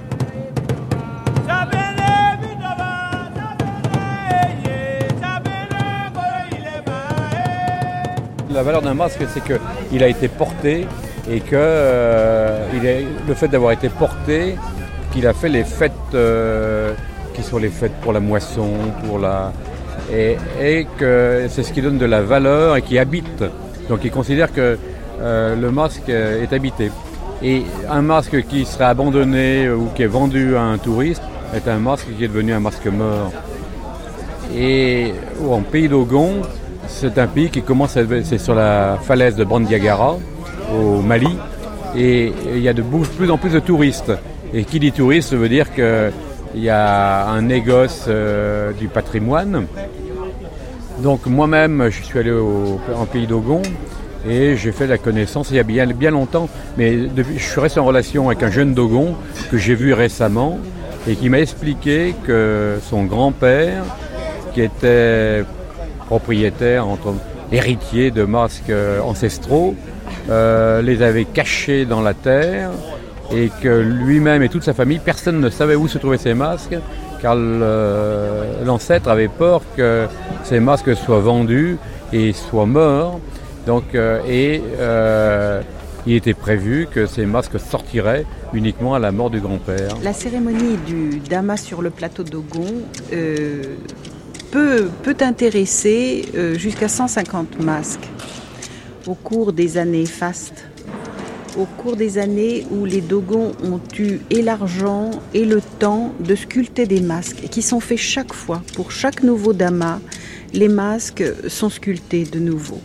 La valeur d'un masque, c'est qu'il a été porté et que euh, il est, le fait d'avoir été porté, qu'il a fait les fêtes euh, qui sont les fêtes pour la moisson, pour la et, et que c'est ce qui donne de la valeur et qui habite. Donc il considère que euh, le masque est habité. Et un masque qui serait abandonné ou qui est vendu à un touriste est un masque qui est devenu un masque mort. Et en pays Dogon, c'est un pays qui commence, à, c'est sur la falaise de Bandiagara, au Mali, et il y a de plus en plus de touristes. Et qui dit touriste veut dire qu'il y a un négoce euh, du patrimoine. Donc moi-même, je suis allé au, en pays Dogon et j'ai fait la connaissance il y a bien, bien longtemps, mais depuis, je suis resté en relation avec un jeune Dogon que j'ai vu récemment et qui m'a expliqué que son grand-père, qui était propriétaire, entre héritier de masques ancestraux, euh, les avait cachés dans la terre et que lui-même et toute sa famille, personne ne savait où se trouvaient ces masques car le, l'ancêtre avait peur que ces masques soient vendus et soient morts. Donc, euh, et euh, il était prévu que ces masques sortiraient uniquement à la mort du grand-père. La cérémonie du Dama sur le plateau Dogon euh, peut, peut intéresser euh, jusqu'à cent cinquante masques au cours des années fastes. Au cours des années où les Dogons ont eu et l'argent et le temps de sculpter des masques, et qui sont faits chaque fois. Pour chaque nouveau Dama, les masques sont sculptés de nouveau.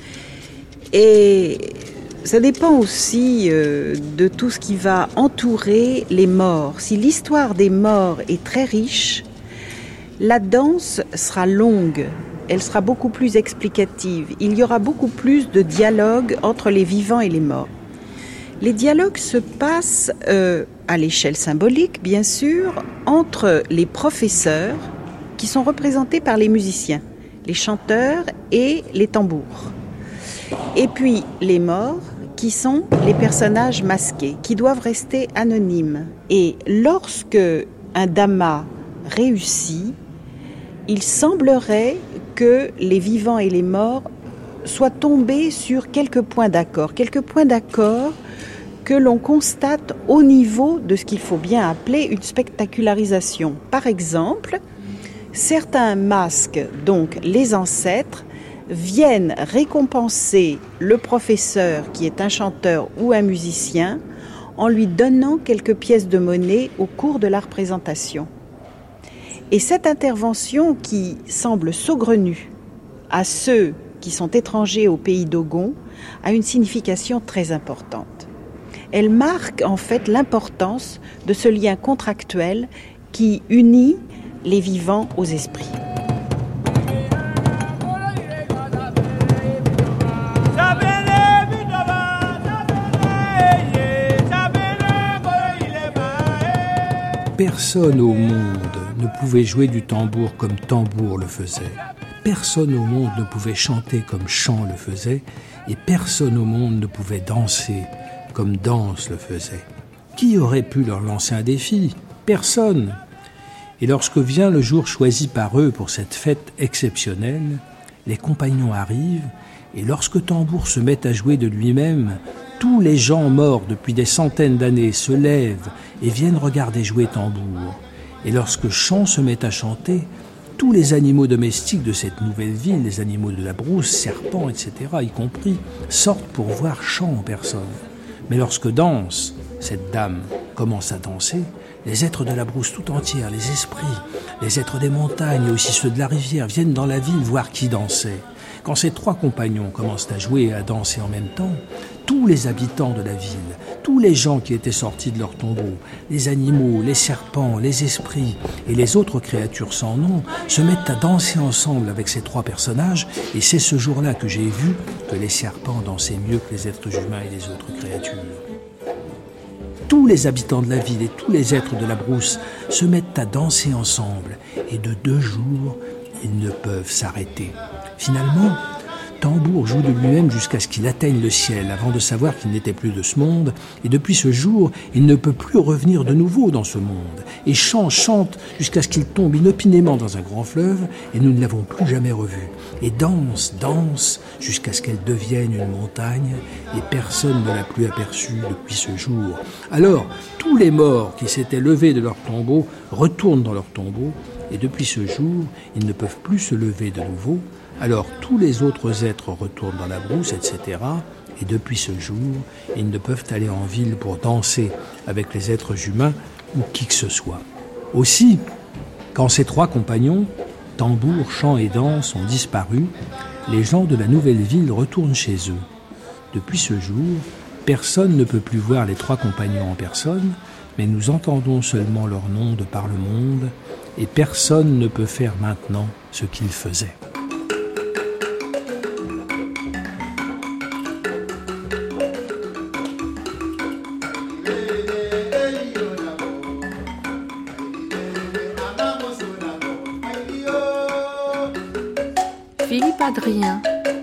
Et ça dépend aussi euh, de tout ce qui va entourer les morts. Si l'histoire des morts est très riche, la danse sera longue, elle sera beaucoup plus explicative. Il y aura beaucoup plus de dialogue entre les vivants et les morts. Les dialogues se passent euh, à l'échelle symbolique, bien sûr, entre les professeurs, qui sont représentés par les musiciens, les chanteurs et les tambours. Et puis les morts, qui sont les personnages masqués, qui doivent rester anonymes. Et lorsque un Dama réussit, il semblerait que les vivants et les morts soient tombés sur quelques points d'accord, quelques points d'accord que l'on constate au niveau de ce qu'il faut bien appeler une spectacularisation. Par exemple, certains masques, donc les ancêtres, viennent récompenser le professeur qui est un chanteur ou un musicien en lui donnant quelques pièces de monnaie au cours de la représentation. Et cette intervention qui semble saugrenue à ceux qui sont étrangers au pays Dogon a une signification très importante. Elle marque en fait l'importance de ce lien contractuel qui unit les vivants aux esprits. Personne au monde ne pouvait jouer du tambour comme tambour le faisait. Personne au monde ne pouvait chanter comme chant le faisait. Et personne au monde ne pouvait danser comme danse le faisait. Qui aurait pu leur lancer un défi ? Personne. Et lorsque vient le jour choisi par eux pour cette fête exceptionnelle, les compagnons arrivent, et lorsque Tambour se met à jouer de lui-même, tous les gens morts depuis des centaines d'années se lèvent et viennent regarder jouer Tambour. Et lorsque Chant se met à chanter, tous les animaux domestiques de cette nouvelle ville, les animaux de la brousse, serpents, et cetera, y compris, sortent pour voir Chant en personne. Mais lorsque Danse cette dame commence à danser, les êtres de la brousse tout entière, les esprits, les êtres des montagnes et aussi ceux de la rivière viennent dans la ville voir qui dansait. Quand ces trois compagnons commencent à jouer et à danser en même temps, tous les habitants de la ville, tous les gens qui étaient sortis de leur tombeau, les animaux, les serpents, les esprits et les autres créatures sans nom, se mettent à danser ensemble avec ces trois personnages, et c'est ce jour-là que j'ai vu que les serpents dansaient mieux que les êtres humains et les autres créatures. Tous les habitants de la ville et tous les êtres de la brousse se mettent à danser ensemble, et de deux jours, ils ne peuvent s'arrêter. Finalement, Tambour joue de lui-même jusqu'à ce qu'il atteigne le ciel, avant de savoir qu'il n'était plus de ce monde, et depuis ce jour, il ne peut plus revenir de nouveau dans ce monde, et chante, chante, jusqu'à ce qu'il tombe inopinément dans un grand fleuve, et nous ne l'avons plus jamais revu, et danse, danse, jusqu'à ce qu'elle devienne une montagne, et personne ne l'a plus aperçue depuis ce jour. Alors, tous les morts qui s'étaient levés de leur tombeau retournent dans leur tombeau, et depuis ce jour, ils ne peuvent plus se lever de nouveau. Alors tous les autres êtres retournent dans la brousse, et cetera. Et depuis ce jour, ils ne peuvent aller en ville pour danser avec les êtres humains ou qui que ce soit. Aussi, quand ces trois compagnons, tambour, chant et danse, ont disparu, les gens de la nouvelle ville retournent chez eux. Depuis ce jour, personne ne peut plus voir les trois compagnons en personne, mais nous entendons seulement leur nom de par le monde, et personne ne peut faire maintenant ce qu'ils faisaient. Philippe Adrien.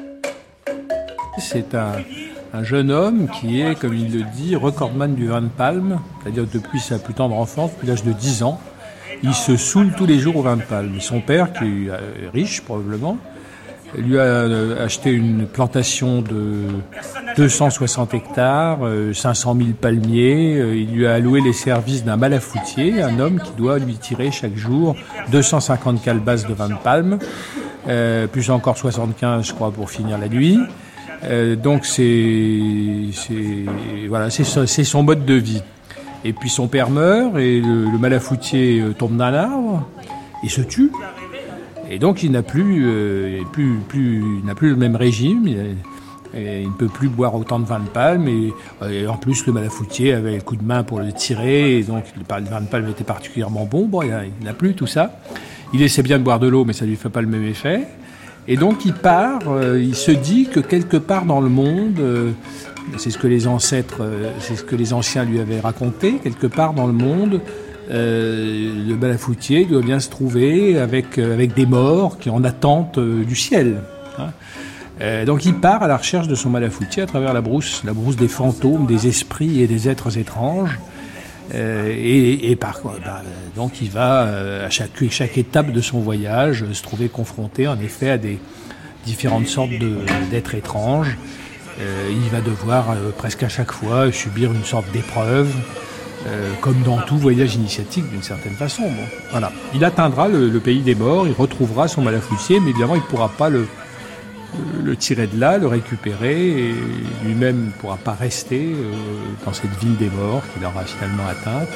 C'est un, un jeune homme qui est, comme il le dit, recordman du vin de palme, c'est-à-dire depuis sa plus tendre enfance, depuis l'âge de dix ans. Il se saoule tous les jours au vin de palme. Son père, qui est riche probablement, lui a acheté une plantation de deux cent soixante hectares, cinq cent mille palmiers. Il lui a alloué les services d'un malafoutier, un homme qui doit lui tirer chaque jour deux cent cinquante calebasses de vin de palme, euh, plus encore soixante-quinze, je crois, pour finir la nuit. Euh, donc c'est, c'est, voilà, c'est, c'est son mode de vie. Et puis son père meurt et le, le malafoutier tombe d'un arbre et se tue. Et donc il n'a plus, euh, plus, plus, il n'a plus le même régime. Il, et il ne peut plus boire autant de vin de palme. Et, et en plus le malafoutier avait le coup de main pour le tirer. Et donc le vin de palme était particulièrement bon. Bon, il, a, il n'a plus tout ça. Il essaie bien de boire de l'eau, mais ça ne lui fait pas le même effet. Et donc il part. Euh, il se dit que quelque part dans le monde... Euh, C'est ce que les ancêtres, c'est ce que les anciens lui avaient raconté. Quelque part dans le monde, euh, le malafoutier doit bien se trouver avec avec des morts qui en attendent euh, du ciel. Hein. Euh, donc il part à la recherche de son malafoutier à travers la brousse, la brousse des fantômes, des esprits et des êtres étranges. Euh, et, et par bah, donc il va euh, à chaque chaque étape de son voyage se trouver confronté en effet à des différentes sortes de, d'êtres étranges. Euh, il va devoir euh, presque à chaque fois subir une sorte d'épreuve, euh, comme dans tout voyage initiatique d'une certaine façon. Bon, voilà. Il atteindra le, le pays des morts, il retrouvera son malafoutier, mais évidemment il ne pourra pas le, le tirer de là, le récupérer, et lui-même ne pourra pas rester euh, dans cette ville des morts qu'il aura finalement atteinte.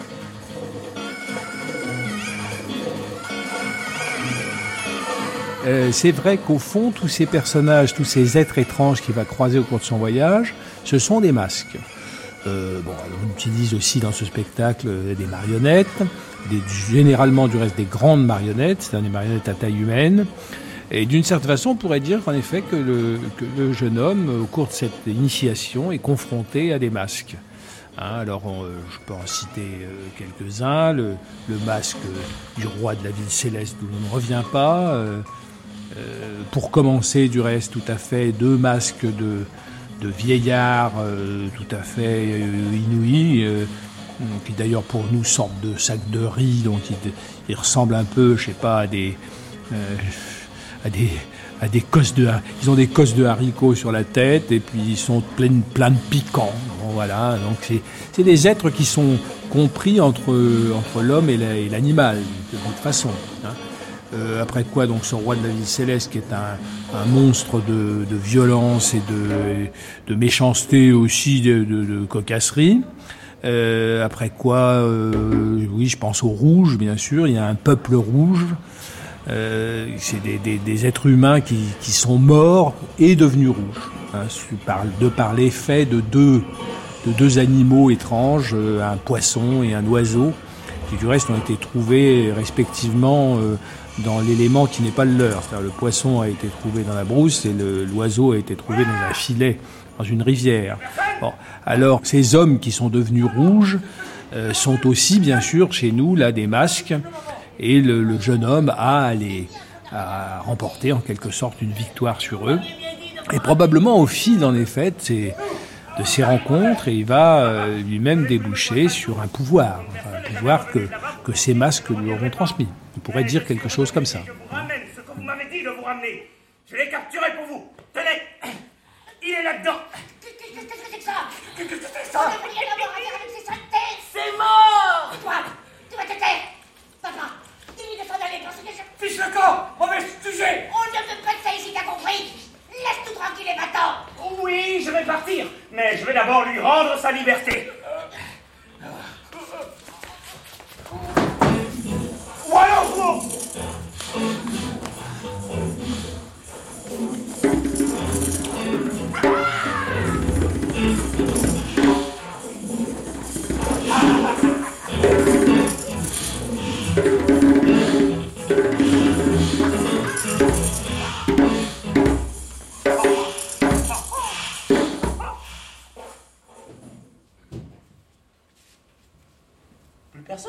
Euh, c'est vrai qu'au fond, tous ces personnages, tous ces êtres étranges qu'il va croiser au cours de son voyage, ce sont des masques. Euh, bon, on utilise aussi dans ce spectacle des marionnettes, des, généralement du reste des grandes marionnettes, c'est-à-dire des marionnettes à taille humaine. Et d'une certaine façon, on pourrait dire en effet que le, que le jeune homme, au cours de cette initiation, est confronté à des masques. Hein, alors, on, je peux en citer euh, quelques-uns. Le, le masque du roi de la ville céleste d'où l'on ne revient pas. Euh, euh, pour commencer, du reste, tout à fait, deux masques de, de vieillards euh, tout à fait euh, inouïs, euh, qui d'ailleurs pour nous sortent de sacs de riz, donc ils, ils ressemblent un peu, je sais pas, à des... Euh, à des à des cosses de ils ont des cosses de haricots sur la tête et puis ils sont pleins plein de piquants. Bon, voilà, donc c'est c'est des êtres qui sont compris entre entre l'homme et, la, et l'animal de toute façon. Hein. Euh, après quoi donc ce roi de la ville céleste qui est un un monstre de de violence et de de méchanceté aussi de de, de cocasserie. Euh, après quoi, euh, oui, je pense aux rouges, bien sûr. Il y a un peuple rouge. Euh, c'est des, des, des êtres humains qui, qui sont morts et devenus rouges. Hein, de par l'effet de deux, de deux animaux étranges, un poisson et un oiseau, qui du reste ont été trouvés respectivement euh, dans l'élément qui n'est pas le leur. C'est-à-dire le poisson a été trouvé dans la brousse et le, l'oiseau a été trouvé dans un filet, dans une rivière. Bon, alors ces hommes qui sont devenus rouges euh, sont aussi bien sûr chez nous là des masques, et le, le jeune homme a, les, a remporté en quelque sorte une victoire sur eux. Et probablement au fil en effet de ces, de ces rencontres, il va euh, lui-même déboucher sur un pouvoir, enfin, un pouvoir que, que ces masques lui auront transmis. On pourrait dire quelque chose comme ça. Je vous ramène ce que vous m'avez dit de vous ramener. Je l'ai capturé pour vous. Tenez, il est là-dedans. Qu'est-ce que c'est que ça? Qu'est-ce que c'est ça? Vous devriez l'avoir à faire avec ces saletés. C'est mort. Toi, tu vas te taire. Papa, dis-lui de s'en aller parce que je... Fiche le camp, mauvais sujet. On ne veut pas de ça ici, t'as compris? Laisse tout tranquille et va-t'en. Oui, je vais partir, mais je vais d'abord lui rendre sa liberté. Ou alors vous. Plus personne.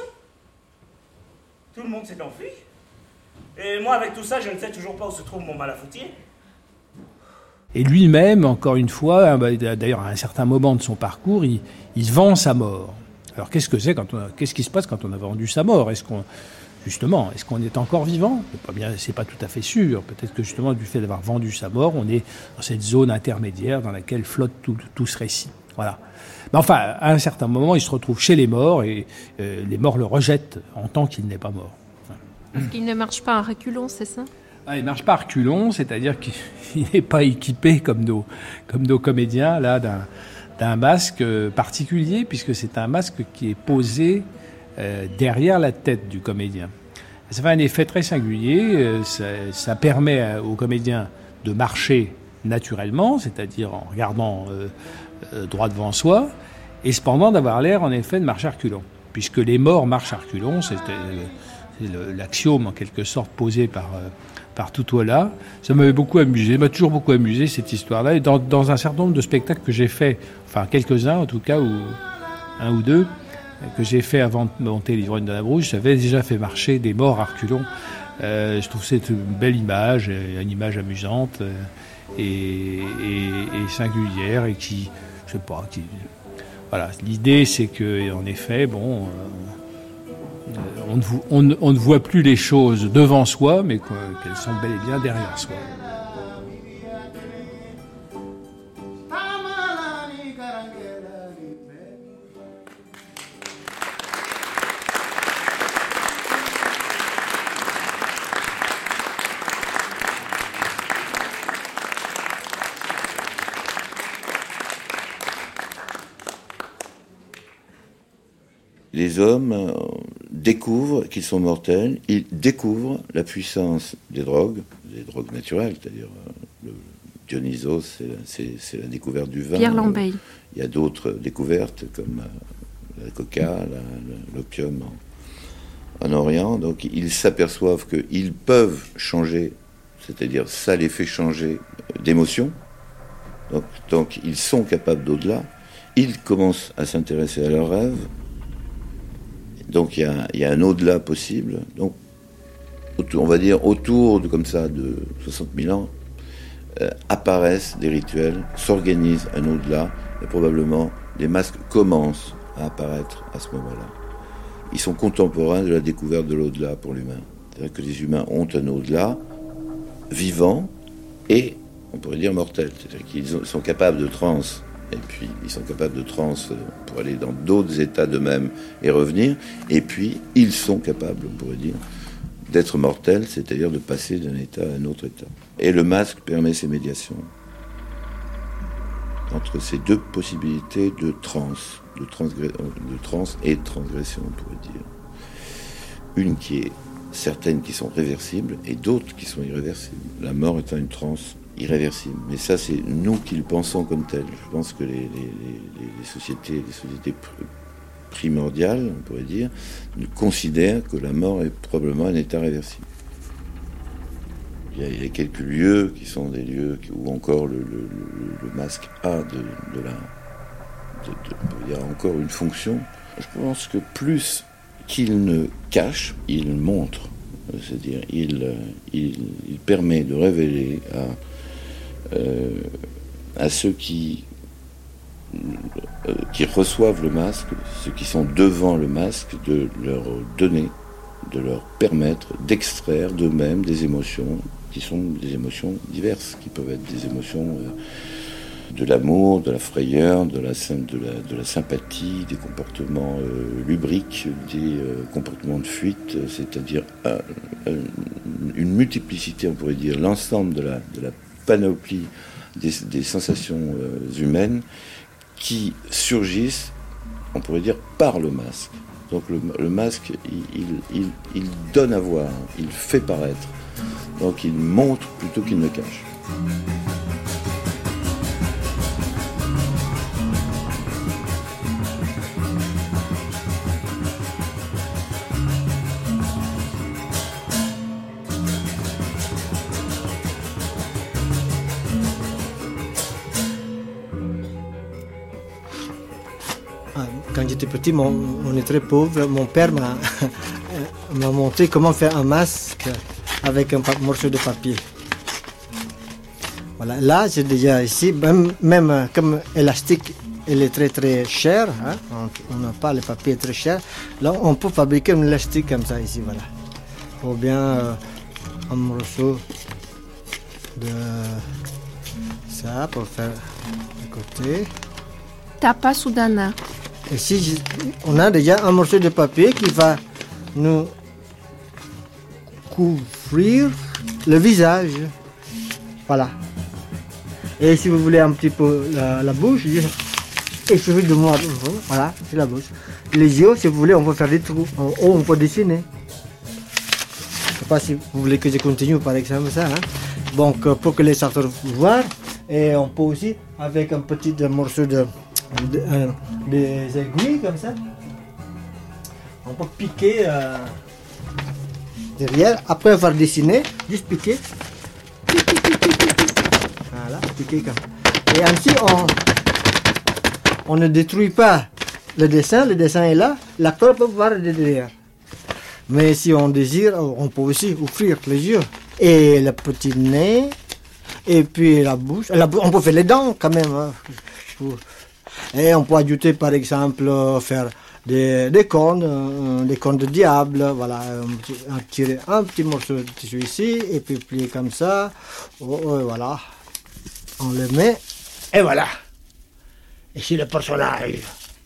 Tout le monde s'est enfui. Et moi, avec tout ça, je ne sais toujours pas où se trouve mon malafoutier. Et lui-même, encore une fois, d'ailleurs à un certain moment de son parcours, il, il vend sa mort. Alors qu'est-ce que c'est quand on a, qu'est-ce qui se passe quand on a vendu sa mort? Est-ce qu'on, justement, est-ce qu'on est encore vivant? C'est pas bien, c'est pas tout à fait sûr. Peut-être que justement du fait d'avoir vendu sa mort, on est dans cette zone intermédiaire dans laquelle flotte tout, tout ce récit. Voilà. Mais enfin, à un certain moment, il se retrouve chez les morts et euh, les morts le rejettent en tant qu'il n'est pas mort. Parce qu'il ne marche pas en reculons, c'est ça? Ah, il ne marche pas à reculons, c'est-à-dire qu'il n'est pas équipé comme nos, comme nos comédiens là d'un, d'un masque particulier, puisque c'est un masque qui est posé euh, derrière la tête du comédien. Ça fait un effet très singulier, euh, ça, ça permet au comédien de marcher naturellement, c'est-à-dire en regardant euh, euh, droit devant soi, et cependant d'avoir l'air en effet de marcher à reculons, puisque les morts marchent à reculons, c'est, euh, c'est le, l'axiome en quelque sorte posé par... Euh, par Tutuola. Ça m'avait beaucoup amusé, m'a toujours beaucoup amusé cette histoire-là. Et dans, dans un certain nombre de spectacles que j'ai fait, enfin quelques-uns en tout cas, ou un ou deux, que j'ai fait avant de monter l'Ivrogne de la Brousse, j'avais déjà fait marcher des morts à reculons. Euh, je trouve que c'est une belle image, une image amusante et, et, et singulière et qui, je sais pas, qui, voilà. L'idée c'est que, en effet, bon. Euh, On ne, on, ne, on ne voit plus les choses devant soi, mais qu'elles sont bel et bien derrière soi. Les hommes euh, découvrent qu'ils sont mortels, ils découvrent la puissance des drogues, des drogues naturelles, c'est-à-dire euh, le Dionysos, c'est, c'est, c'est la découverte du vin. Pierre Lambeil. Il y a d'autres découvertes comme euh, la coca, la, la, l'opium en, en Orient. Donc ils s'aperçoivent qu'ils peuvent changer, c'est-à-dire ça les fait changer d'émotion. Donc, donc ils sont capables d'au-delà. Ils commencent à s'intéresser à leurs rêves. Donc il y a, il y a un au-delà possible. Donc autour, on va dire autour de comme ça de soixante mille ans euh, apparaissent des rituels, s'organise un au-delà et probablement des masques commencent à apparaître à ce moment-là. Ils sont contemporains de la découverte de l'au-delà pour l'humain. C'est-à-dire que les humains ont un au-delà vivant et on pourrait dire mortel. C'est-à-dire qu'ils sont capables de transe. Et puis, ils sont capables de trans pour aller dans d'autres états d'eux-mêmes et revenir. Et puis, ils sont capables, on pourrait dire, d'être mortels, c'est-à-dire de passer d'un état à un autre état. Et le masque permet ces médiations. entre ces deux possibilités de transe, de, transgré- de transe et de transgression, on pourrait dire. Une qui est certaines qui sont réversibles et d'autres qui sont irréversibles. La mort étant une transe irréversible. Mais ça, c'est nous qui le pensons comme tel. Je pense que les, les, les, les sociétés, les sociétés primordiales, on pourrait dire, considèrent que la mort est probablement un état réversible. Il y a, il y a quelques lieux qui sont des lieux où encore le, le, le, le masque a de, de la... De, de, il y a encore une fonction. Je pense que plus qu'il ne cache, il montre. C'est-à-dire, il, il, il permet de révéler à, euh, à ceux qui, euh, qui reçoivent le masque, ceux qui sont devant le masque, de leur donner, de leur permettre d'extraire d'eux-mêmes des émotions qui sont des émotions diverses, qui peuvent être des émotions euh, de l'amour, de la frayeur, de la, de la, de la sympathie, des comportements euh, lubriques, des euh, comportements de fuite, c'est-à-dire euh, euh, une multiplicité, on pourrait dire, l'ensemble de la, de la panoplie des, des sensations euh, humaines qui surgissent, on pourrait dire, par le masque. Donc le, le masque, il, il, il, il donne à voir, il fait paraître, donc il montre plutôt qu'il ne cache. Quand j'étais petit, mon, on est très pauvre. Mon père m'a, m'a montré comment faire un masque avec un morceau de papier. Voilà. Là, j'ai déjà ici, même, même comme élastique, il est très très cher. Hein? On n'a pas le papier très cher. Là, on peut fabriquer un élastique comme ça ici, voilà. Ou bien euh, un morceau de ça pour faire de côté. Tapa Sudana. Et si on a déjà un morceau de papier qui va nous couvrir le visage. Voilà. Et si vous voulez un petit peu la, la bouche, il suffit de moi. Voilà, c'est la bouche. Les yeux, si vous voulez, on peut faire des trous. En haut, on peut dessiner. Je ne sais pas si vous voulez que je continue par exemple ça. Hein. Donc, pour que les acteurs voient. Et on peut aussi, avec un petit morceau de... De, euh, des aiguilles comme ça, on peut piquer euh, derrière, après avoir dessiné, juste piquer, voilà, piquer comme ça. Et ainsi on, on ne détruit pas le dessin, le dessin est là, l'acteur peut voir de derrière. Mais si on désire, on peut aussi ouvrir les yeux et le petit nez et puis la bouche, la, on peut faire les dents quand même. Hein. Et on peut ajouter par exemple, faire des, des cornes, euh, des cornes de diable, voilà, un, tirer un petit morceau de tissu ici, et puis plier comme ça, oh, oh, voilà, on le met, et voilà, ici le personnage.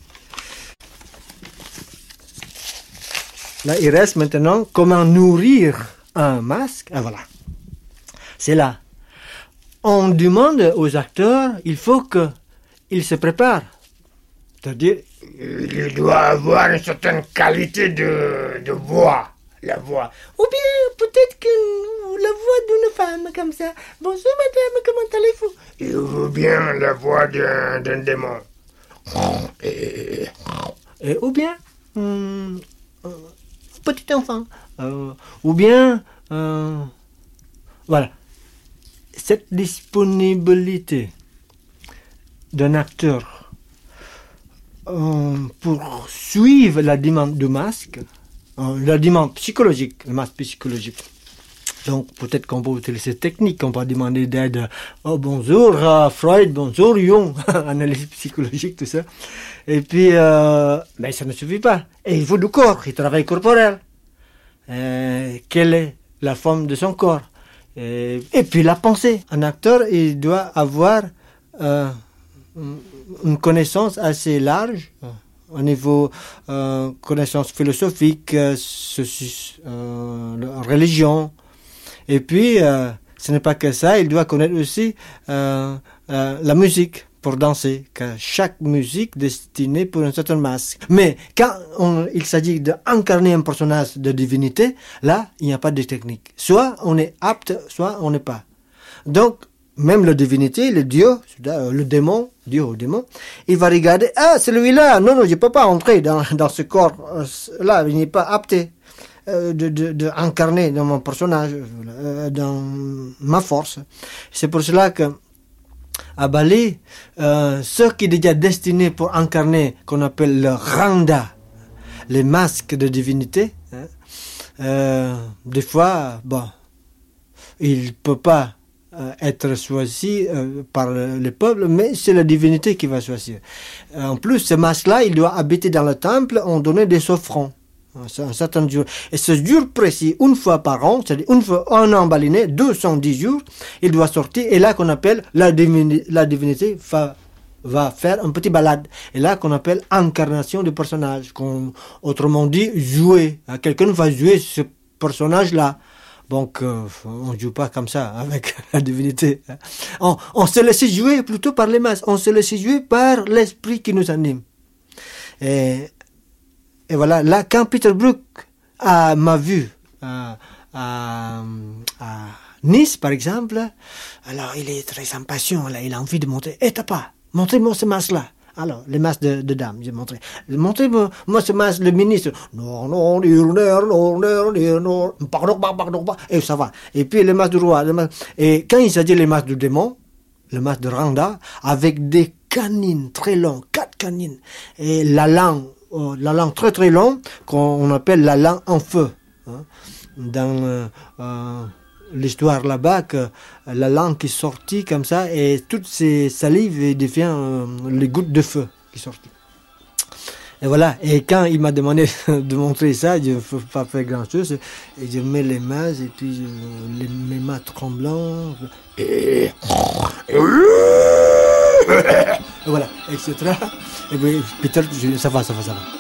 Là, il reste maintenant comment nourrir un masque, et voilà, c'est là. On demande aux acteurs, il faut que il se prépare. C'est-à-dire, il doit avoir une certaine qualité de, de voix. La voix. Ou bien, peut-être que la voix d'une femme comme ça. Bonjour madame, comment allez-vous? Ou bien la voix d'un, d'un démon. Et, et, ou bien, un petit enfant. Euh, ou bien, euh, voilà. Cette disponibilité d'un acteur euh, pour suivre la demande du masque, euh, la demande psychologique, le masque psychologique. Donc peut-être qu'on peut utiliser cette technique, on peut demander d'aide. Oh, bonjour euh, Freud, bonjour Jung, analyse psychologique, tout ça. Et puis, euh, mais ça ne suffit pas. Et il faut du corps, il travail corporel. Euh, quelle est la forme de son corps? Et, et puis la pensée. Un acteur, il doit avoir euh, une connaissance assez large au niveau euh, connaissance philosophique, euh, euh, religion. Et puis, euh, ce n'est pas que ça, il doit connaître aussi euh, euh, la musique, pour danser, que chaque musique destinée pour un certain masque. Mais quand on, il s'agit d'incarner un personnage de divinité, là, il n'y a pas de technique. Soit on est apte, soit on n'est pas. Donc, même la divinité, le dieu, le démon, dieu ou démon, il va regarder, ah, celui-là, non, non, je ne peux pas entrer dans, dans ce corps-là, il n'est pas apte euh, de, de, de incarner dans mon personnage, euh, dans ma force. C'est pour cela que à Bali, euh, ce qui est déjà destiné pour incarner, qu'on appelle le rangda, les masques de divinité, hein, euh, des fois, bon, il ne peut pas euh, être choisi euh, par le, le peuple, mais c'est la divinité qui va choisir. En plus, ce masque-là, il doit habiter dans le temple, on donnait des offrandes. Un certain jour. Et ce jour précis, une fois par an, c'est-à-dire une fois un an baliné, deux cent dix jours, il doit sortir. Et là qu'on appelle la, divini- la divinité va, va faire un petit balade. Et là qu'on appelle incarnation du personnage. Qu'on, autrement dit, jouer. Quelqu'un va jouer ce personnage-là. Donc, euh, on ne joue pas comme ça avec la divinité. On, on se laisse jouer plutôt par les masses. On se laisse jouer par l'esprit qui nous anime. Et Et voilà, là, quand Peter Brook a, m'a vu à, à, à Nice, par exemple, alors il est très impatient, là, il a envie de montrer. Eh, t'as pas, montrez-moi ce masque-là. Alors, les masques de, de dames, j'ai montré. Montrez-moi moi, ce masque, le ministre. Non, non, non, non, non, non, pardon, pardon, pardon. Et ça va. Et puis, les masques du roi. Les masques... Et quand il s'agit des masques du démon, le masque de Rangda, avec des canines très longues, quatre canines, et la langue, Euh, la langue très très longue qu'on appelle la langue en feu. Hein. Dans euh, euh, l'histoire là-bas, que la langue qui est sortie comme ça et toutes ces salives deviennent euh, les gouttes de feu qui sortent. Et voilà. Et quand il m'a demandé de montrer ça, je ne peux pas faire grand chose. Et je mets les mains et puis je, les, mes mains tremblantes. Et... Et voilà, et cetera. Et puis, Peter, je, ça va, ça va, ça va.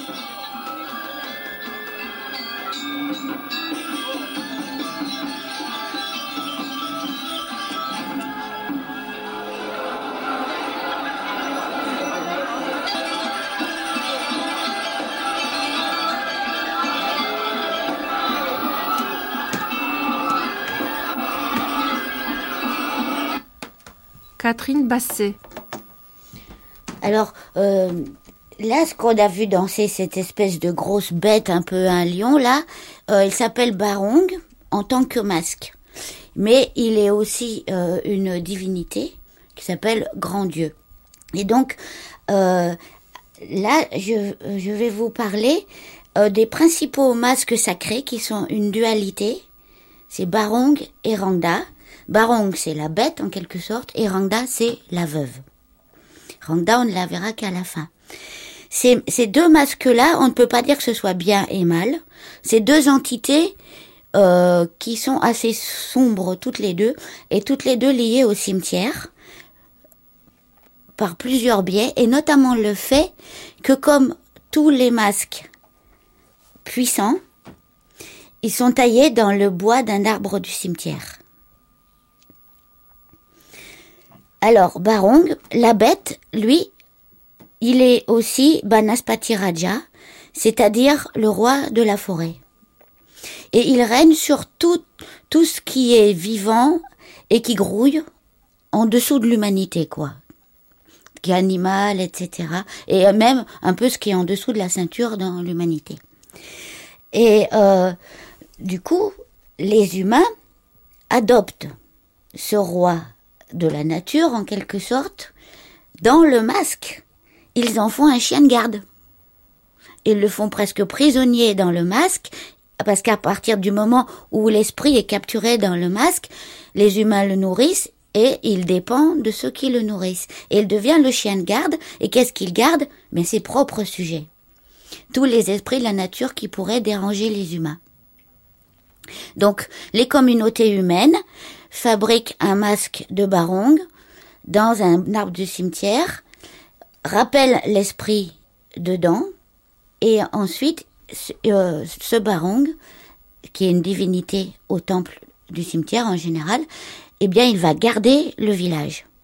Catherine Basset. Alors, euh, là, ce qu'on a vu danser, cette espèce de grosse bête, un peu un lion, là, euh, il s'appelle Barong en tant que masque. Mais il est aussi euh, une divinité qui s'appelle Grand Dieu. Et donc, euh, là, je, je vais vous parler euh, des principaux masques sacrés qui sont une dualité. C'est Barong et Rangda. Barong, c'est la bête, en quelque sorte, et Rangda, c'est la veuve. Rangda, on ne la verra qu'à la fin. Ces, ces deux masques-là, on ne peut pas dire que ce soit bien et mal. Ces deux entités euh, qui sont assez sombres toutes les deux, et toutes les deux liées au cimetière, par plusieurs biais, et notamment le fait que comme tous les masques puissants, ils sont taillés dans le bois d'un arbre du cimetière. Alors, Barong, la bête, lui, il est aussi Banaspati Raja, c'est-à-dire le roi de la forêt. Et il règne sur tout, tout ce qui est vivant et qui grouille en dessous de l'humanité, quoi. Qui est animal, et cetera. Et même un peu ce qui est en dessous de la ceinture dans l'humanité. Et euh, du coup, les humains adoptent ce roi de la nature, en quelque sorte, dans le masque. Ils en font un chien de garde. Ils le font presque prisonnier dans le masque, parce qu'à partir du moment où l'esprit est capturé dans le masque, les humains le nourrissent et il dépend de ceux qui le nourrissent. Et il devient le chien de garde, et qu'est-ce qu'il garde? Mais ses propres sujets. Tous les esprits de la nature qui pourraient déranger les humains. Donc, les communautés humaines fabriquent un masque de Barong dans un arbre du cimetière, rappellent l'esprit dedans, et ensuite, ce, euh, ce Barong, qui est une divinité au temple du cimetière en général, eh bien, il va garder le village.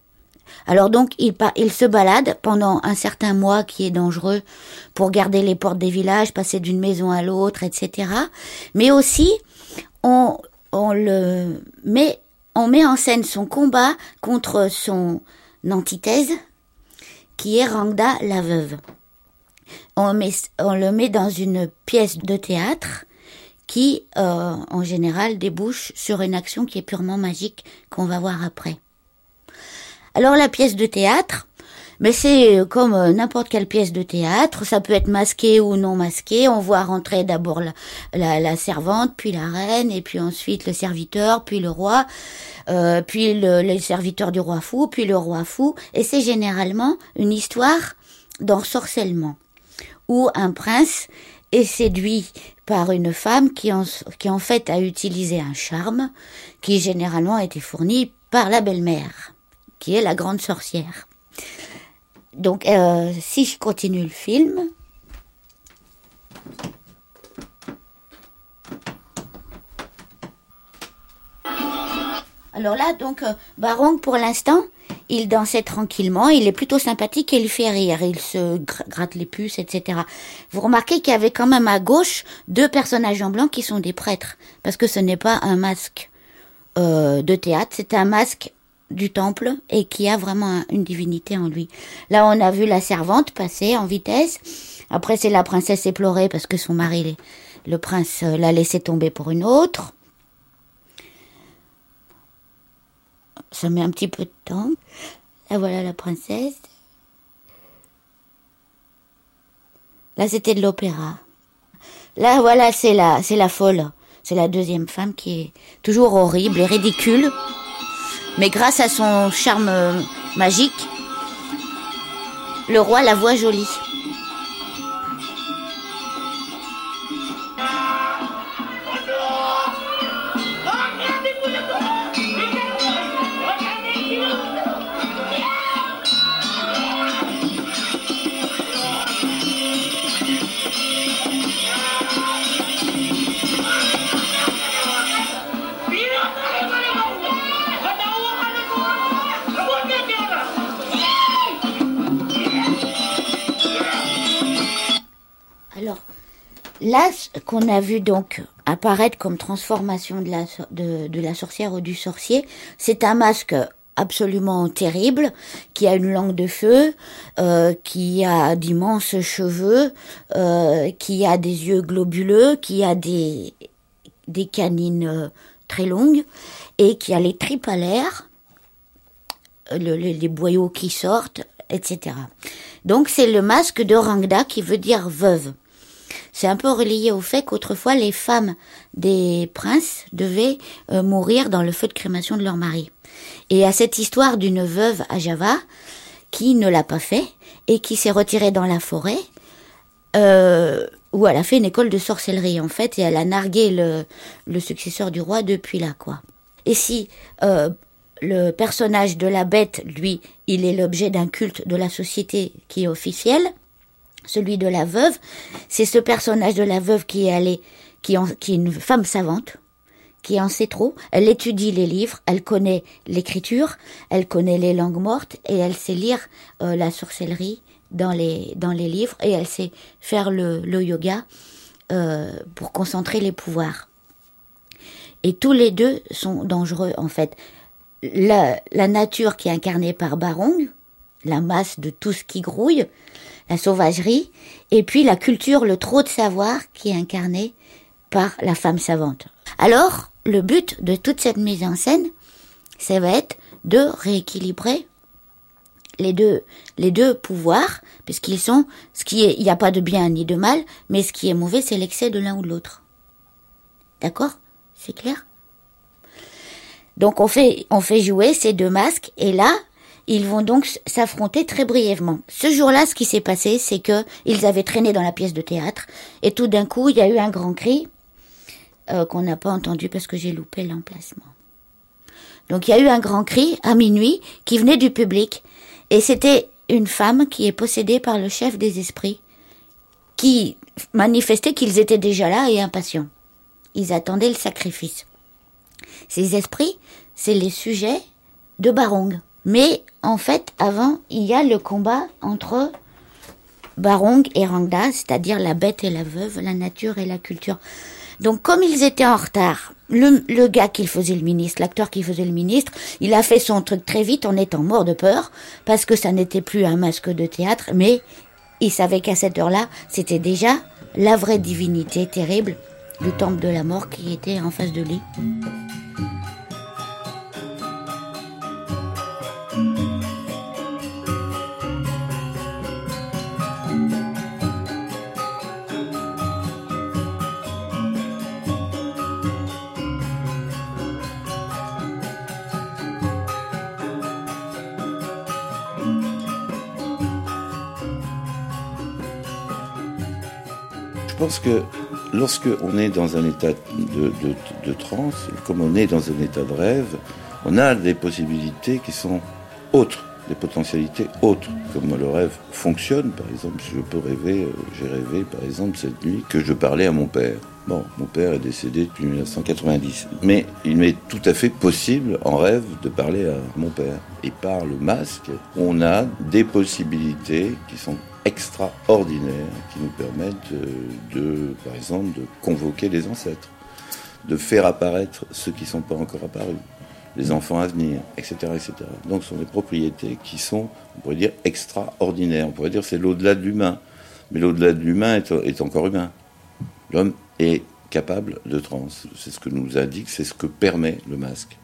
Alors donc, il, il se balade pendant un certain mois qui est dangereux pour garder les portes des villages, passer d'une maison à l'autre, et cetera. Mais aussi, on, on le met, on met en scène son combat contre son antithèse, qui est Rangda la veuve. On, met, on le met dans une pièce de théâtre qui, euh, en général, débouche sur une action qui est purement magique, qu'on va voir après. Alors la pièce de théâtre, mais c'est comme n'importe quelle pièce de théâtre, ça peut être masqué ou non masqué, on voit rentrer d'abord la, la, la servante, puis la reine, et puis ensuite le serviteur, puis le roi, euh, puis le, le serviteur du roi fou, puis le roi fou, et c'est généralement une histoire d'ensorcellement, où un prince est séduit par une femme qui en, qui en fait a utilisé un charme qui généralement a été fourni par la belle-mère, qui est la grande sorcière. Donc, euh, si je continue le film... Alors là, donc, euh, Barong, pour l'instant, il dansait tranquillement, il est plutôt sympathique et il fait rire, il se gratte les puces, et cetera. Vous remarquez qu'il y avait quand même à gauche deux personnages en blanc qui sont des prêtres, parce que ce n'est pas un masque euh, de théâtre, c'est un masque du temple et qui a vraiment une divinité en lui. Là, on a vu la servante passer en vitesse, après c'est la princesse éplorée parce que son mari, le prince, l'a laissé tomber pour une autre. Ça met un petit peu de temps. Là, voilà la princesse. Là, c'était de l'opéra. Là, voilà, c'est la, c'est la folle. C'est la deuxième femme qui est toujours horrible et ridicule. Mais grâce à son charme magique, le roi la voit jolie. Alors, là, ce qu'on a vu donc apparaître comme transformation de la, de, de la sorcière ou du sorcier, c'est un masque absolument terrible, qui a une langue de feu, euh, qui a d'immenses cheveux, euh, qui a des yeux globuleux, qui a des, des canines euh, très longues, et qui a les tripes à l'air, le, le, les boyaux qui sortent, et cetera. Donc c'est le masque de Rangda qui veut dire veuve. C'est un peu relié au fait qu'autrefois les femmes des princes devaient euh, mourir dans le feu de crémation de leur mari. Et à cette histoire d'une veuve à Java qui ne l'a pas fait et qui s'est retirée dans la forêt, euh, où elle a fait une école de sorcellerie en fait, et elle a nargué le, le successeur du roi depuis là, quoi. Et si euh, le personnage de la bête, lui, il est l'objet d'un culte de la société qui est officiel, celui de la veuve, c'est ce personnage de la veuve qui est allée, qui, en, qui est une femme savante, qui en sait trop. Elle étudie les livres, elle connaît l'écriture, elle connaît les langues mortes et elle sait lire euh, la sorcellerie dans les dans les livres et elle sait faire le, le yoga euh, pour concentrer les pouvoirs. Et tous les deux sont dangereux en fait. La, la nature qui est incarnée par Barong, la masse de tout ce qui grouille, la sauvagerie, et puis la culture, le trop de savoir qui est incarné par la femme savante. Alors, le but de toute cette mise en scène, ça va être de rééquilibrer les deux, les deux pouvoirs, puisqu'ils sont, ce qui est, il n'y a pas de bien ni de mal, mais ce qui est mauvais, c'est l'excès de l'un ou de l'autre. D'accord? C'est clair? Donc on fait, on fait jouer ces deux masques, et là, ils vont donc s'affronter très brièvement. Ce jour-là, ce qui s'est passé, c'est que ils avaient traîné dans la pièce de théâtre, et tout d'un coup, il y a eu un grand cri, euh, qu'on n'a pas entendu parce que j'ai loupé l'emplacement. Donc il y a eu un grand cri, à minuit, qui venait du public, et c'était une femme qui est possédée par le chef des esprits, qui manifestait qu'ils étaient déjà là et impatients. Ils attendaient le sacrifice. Ces esprits, c'est les sujets de Barong. Mais en fait, avant, il y a le combat entre Barong et Rangda, c'est-à-dire la bête et la veuve, la nature et la culture. Donc comme ils étaient en retard, le, le gars qui faisait le ministre, l'acteur qui faisait le ministre, il a fait son truc très vite en étant mort de peur, parce que ça n'était plus un masque de théâtre, mais il savait qu'à cette heure-là, c'était déjà la vraie divinité terrible du temple de la mort qui était en face de lui. Je pense que lorsque on est dans un état de, de, de transe, comme on est dans un état de rêve, on a des possibilités qui sont autres, des potentialités autres. Comme le rêve fonctionne, par exemple, je peux rêver, euh, j'ai rêvé par exemple cette nuit que je parlais à mon père. Bon, mon père est décédé depuis mille neuf cent quatre-vingt-dix, mais il m'est tout à fait possible en rêve de parler à mon père. Et par le masque, on a des possibilités qui sont extraordinaires, qui nous permettent de, de, par exemple, de convoquer les ancêtres, de faire apparaître ceux qui ne sont pas encore apparus, les enfants à venir, et cetera, et cetera. Donc ce sont des propriétés qui sont, on pourrait dire, extraordinaires. On pourrait dire que c'est l'au-delà de l'humain, mais l'au-delà de l'humain est, est encore humain. L'homme est capable de transe. C'est ce que nous indique, c'est ce que permet le masque.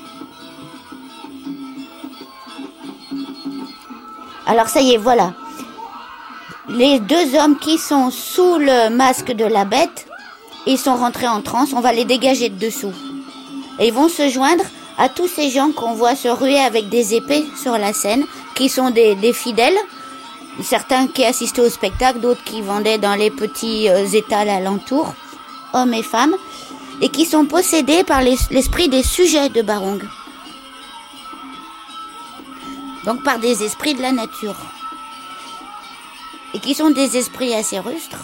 Alors ça y est, voilà. Les deux hommes qui sont sous le masque de la bête, ils sont rentrés en transe, on va les dégager de dessous. Et ils vont se joindre à tous ces gens qu'on voit se ruer avec des épées sur la scène, qui sont des, des fidèles, certains qui assistaient au spectacle, d'autres qui vendaient dans les petits euh, étals alentours, hommes et femmes, et qui sont possédés par les, l'esprit des sujets de Barong. Donc par des esprits de la nature. Et qui sont des esprits assez rustres,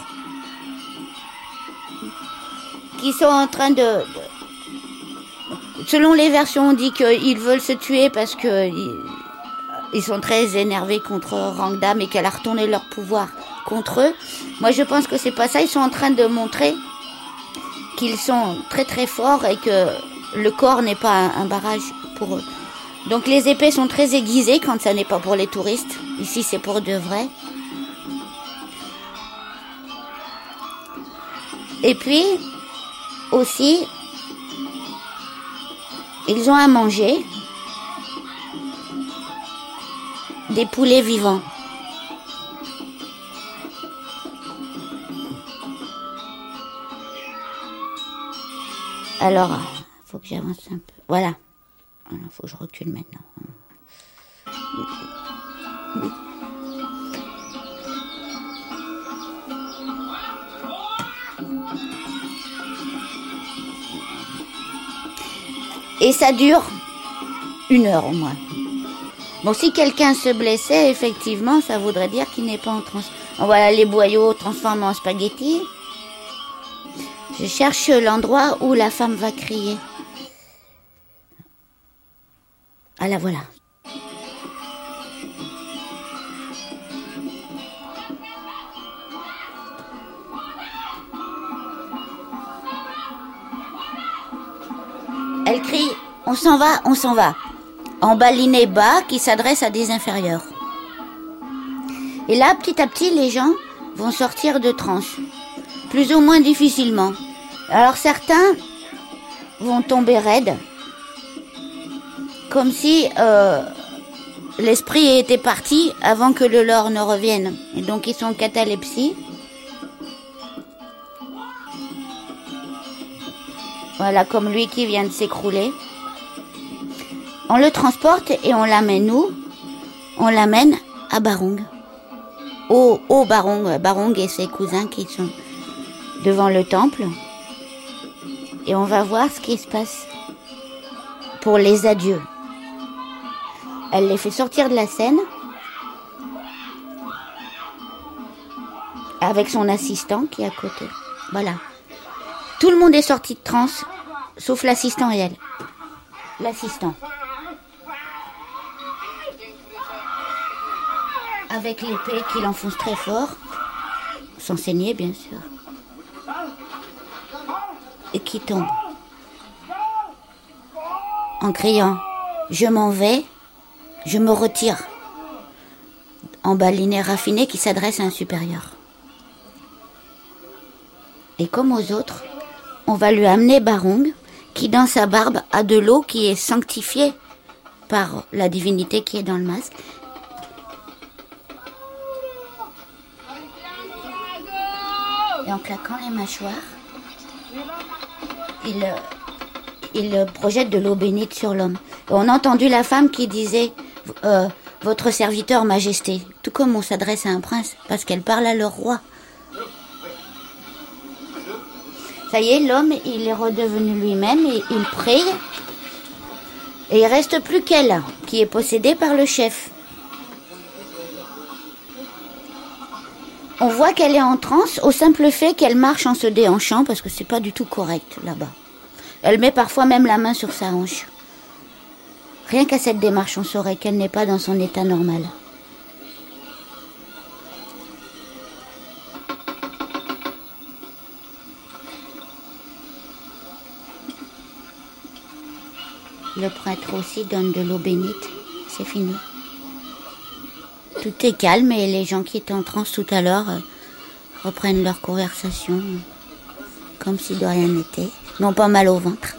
qui sont en train de... de selon les versions, on dit qu'ils veulent se tuer parce que ils, ils sont très énervés contre Rangda, mais qu'elle a retourné leur pouvoir contre eux. Moi, je pense que c'est pas ça. Ils sont en train de montrer qu'ils sont très très forts et que le corps n'est pas un, un barrage pour eux. Donc les épées sont très aiguisées quand ça n'est pas pour les touristes. Ici, c'est pour de vrai. Et puis, aussi, ils ont à manger des poulets vivants. Alors, il faut que j'avance un peu. Voilà. Il faut que je recule maintenant. Et ça dure une heure au moins. Bon, si quelqu'un se blessait, effectivement, ça voudrait dire qu'il n'est pas en transe. Voilà les boyaux transformés en spaghettis. Je cherche l'endroit où la femme va crier. Ah la voilà. Elle crie « On s'en va, on s'en va » en baliné bas qui s'adresse à des inférieurs. Et là, petit à petit, les gens vont sortir de transe, plus ou moins difficilement. Alors certains vont tomber raides, comme si euh, l'esprit était parti avant que le leur ne revienne. Et donc ils sont en catalepsie. Voilà, comme lui qui vient de s'écrouler. On le transporte et on l'amène où? On l'amène à Barong. Au, au Barong, Barong et ses cousins qui sont devant le temple. Et on va voir ce qui se passe pour les adieux. Elle les fait sortir de la scène avec son assistant qui est à côté. Voilà. Tout le monde est sorti de transe, sauf l'assistant et elle. L'assistant. avec l'épée qu'il enfonce très fort, sans saigner bien sûr, et qui tombe en criant « Je m'en vais, je me retire » en baliné raffiné qui s'adresse à un supérieur. Et comme aux autres, on va lui amener Barong, qui dans sa barbe a de l'eau qui est sanctifiée par la divinité qui est dans le masque. Et en claquant les mâchoires, il, il projette de l'eau bénite sur l'homme. Et on a entendu la femme qui disait euh, « Votre serviteur, majesté », tout comme on s'adresse à un prince, parce qu'elle parle à leur roi. Ça y est, l'homme, il est redevenu lui-même et il prie. Et il reste plus qu'elle, qui est possédée par le chef. On voit qu'elle est en transe au simple fait qu'elle marche en se déhanchant, parce que c'est pas du tout correct là-bas. Elle met parfois même la main sur sa hanche. Rien qu'à cette démarche, on saurait qu'elle n'est pas dans son état normal. Le prêtre aussi donne de l'eau bénite. C'est fini. Tout est calme et les gens qui étaient en transe tout à l'heure euh, reprennent leur conversation euh, comme si de rien n'était. N'ont pas mal au ventre.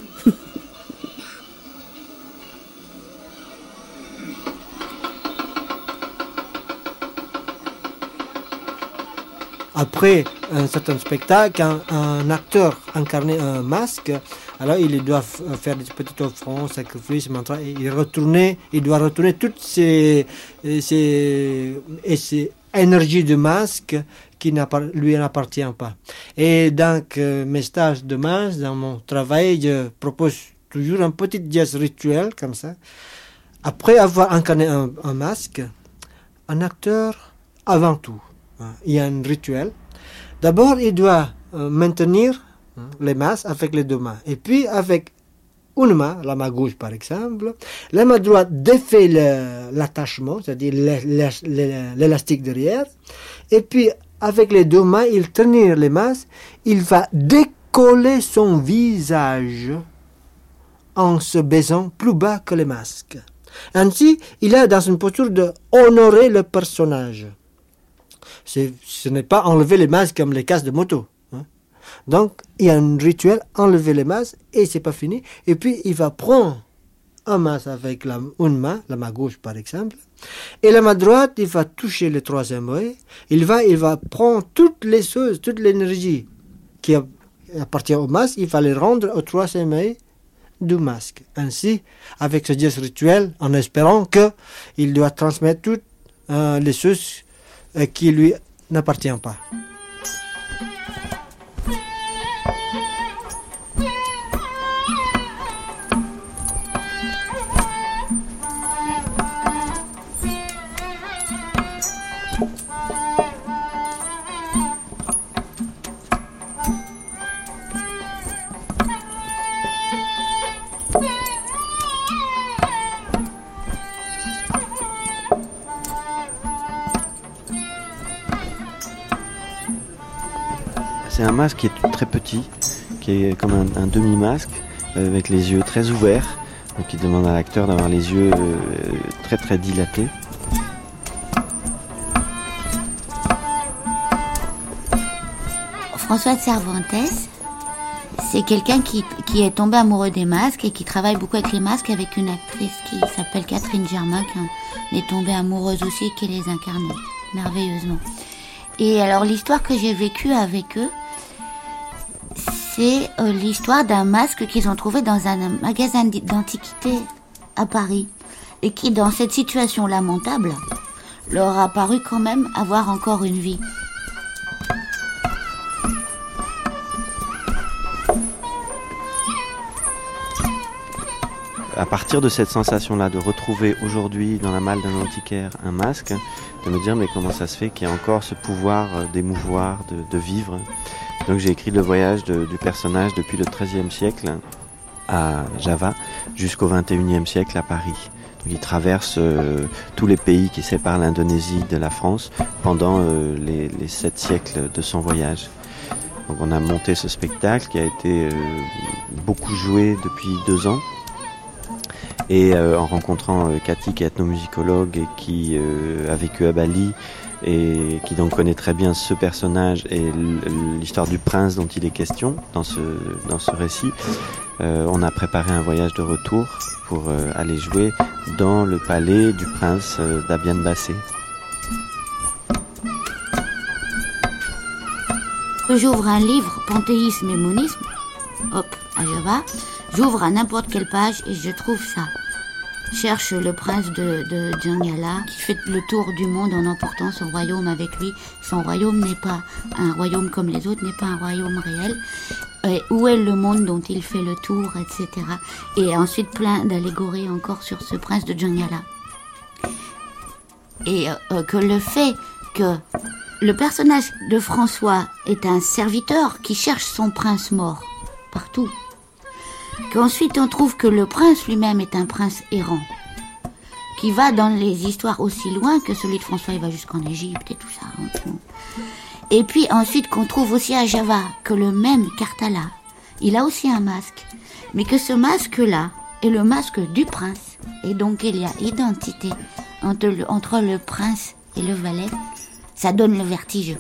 Après un certain spectacle, un, un acteur incarnait un masque. Alors il doit faire des petites offrandes, sacrifices, mantras, et il retourner, il doit retourner toutes ces, ces, ces énergies de masque qui lui n'appartient pas. Et donc mes stages de masque, dans mon travail, je propose toujours un petit geste rituel comme ça. Après avoir incarné un, un masque, un acteur avant tout, il y a un rituel. D'abord, il doit maintenir les masques avec les deux mains. Et puis, avec une main, la main gauche par exemple, la main droite défait le, l'attachement, c'est-à-dire l'élastique derrière. Et puis, avec les deux mains, il tient les masques, il va décoller son visage en se baisant plus bas que les masques. Ainsi, il est dans une posture d'honorer le personnage. C'est, ce n'est pas enlever les masques comme les casques de moto. Hein. Donc, il y a un rituel, enlever les masques, et c'est pas fini. Et puis, il va prendre un masque avec la, une main, la main gauche par exemple, et la main droite, il va toucher le troisième œil. Il va, il va prendre toutes les choses, toute l'énergie qui appartient au masque, il va les rendre au troisième œil du masque. Ainsi, avec ce geste rituel, en espérant qu'il doit transmettre toutes euh, les choses qui lui n'appartient pas. C'est un masque qui est très petit, qui est comme un, un demi-masque, euh, avec les yeux très ouverts. Donc il demande à l'acteur d'avoir les yeux euh, très très dilatés. François de Cervantes, c'est quelqu'un qui, qui est tombé amoureux des masques et qui travaille beaucoup avec les masques, avec une actrice qui s'appelle Catherine Germain, qui est tombée amoureuse aussi et qui les incarne merveilleusement. Et alors l'histoire que j'ai vécue avec eux, c'est euh, l'histoire d'un masque qu'ils ont trouvé dans un magasin d'antiquités à Paris et qui, dans cette situation lamentable, leur a paru quand même avoir encore une vie. À partir de cette sensation-là, de retrouver aujourd'hui dans la malle d'un antiquaire un masque, de me dire mais comment ça se fait qu'il y a encore ce pouvoir d'émouvoir, de, de vivre. Donc j'ai écrit le voyage de, du personnage depuis le treizième siècle à Java jusqu'au vingt et unième siècle à Paris. Il traverse euh, tous les pays qui séparent l'Indonésie de la France pendant euh, les, les sept siècles de son voyage. Donc on a monté ce spectacle qui a été euh, beaucoup joué depuis deux ans. Et euh, en rencontrant euh, Cathy, qui est ethnomusicologue et qui euh, a vécu à Bali et qui donc connaît très bien ce personnage et l'histoire du prince dont il est question dans ce, dans ce récit, euh, on a préparé un voyage de retour pour euh, aller jouer dans le palais du prince euh, d'Abian Bassé. J'ouvre un livre, Panthéisme et monisme, hop, à Java, j'ouvre à n'importe quelle page et je trouve ça. Je cherche le prince de, de Djangala qui fait le tour du monde en emportant son royaume avec lui. Son royaume n'est pas un royaume comme les autres, n'est pas un royaume réel. Et où est le monde dont il fait le tour, et cetera. Et ensuite plein d'allégories encore sur ce prince de Djangala. Et euh, que le fait que le personnage de François est un serviteur qui cherche son prince mort partout. Qu'ensuite on trouve que le prince lui-même est un prince errant, qui va dans les histoires aussi loin que celui de François, il va jusqu'en Égypte et tout ça. Et puis ensuite qu'on trouve aussi à Java que le même Karthala, il a aussi un masque, mais que ce masque-là est le masque du prince. Et donc il y a identité entre le, entre le prince et le valet. Ça donne le vertige.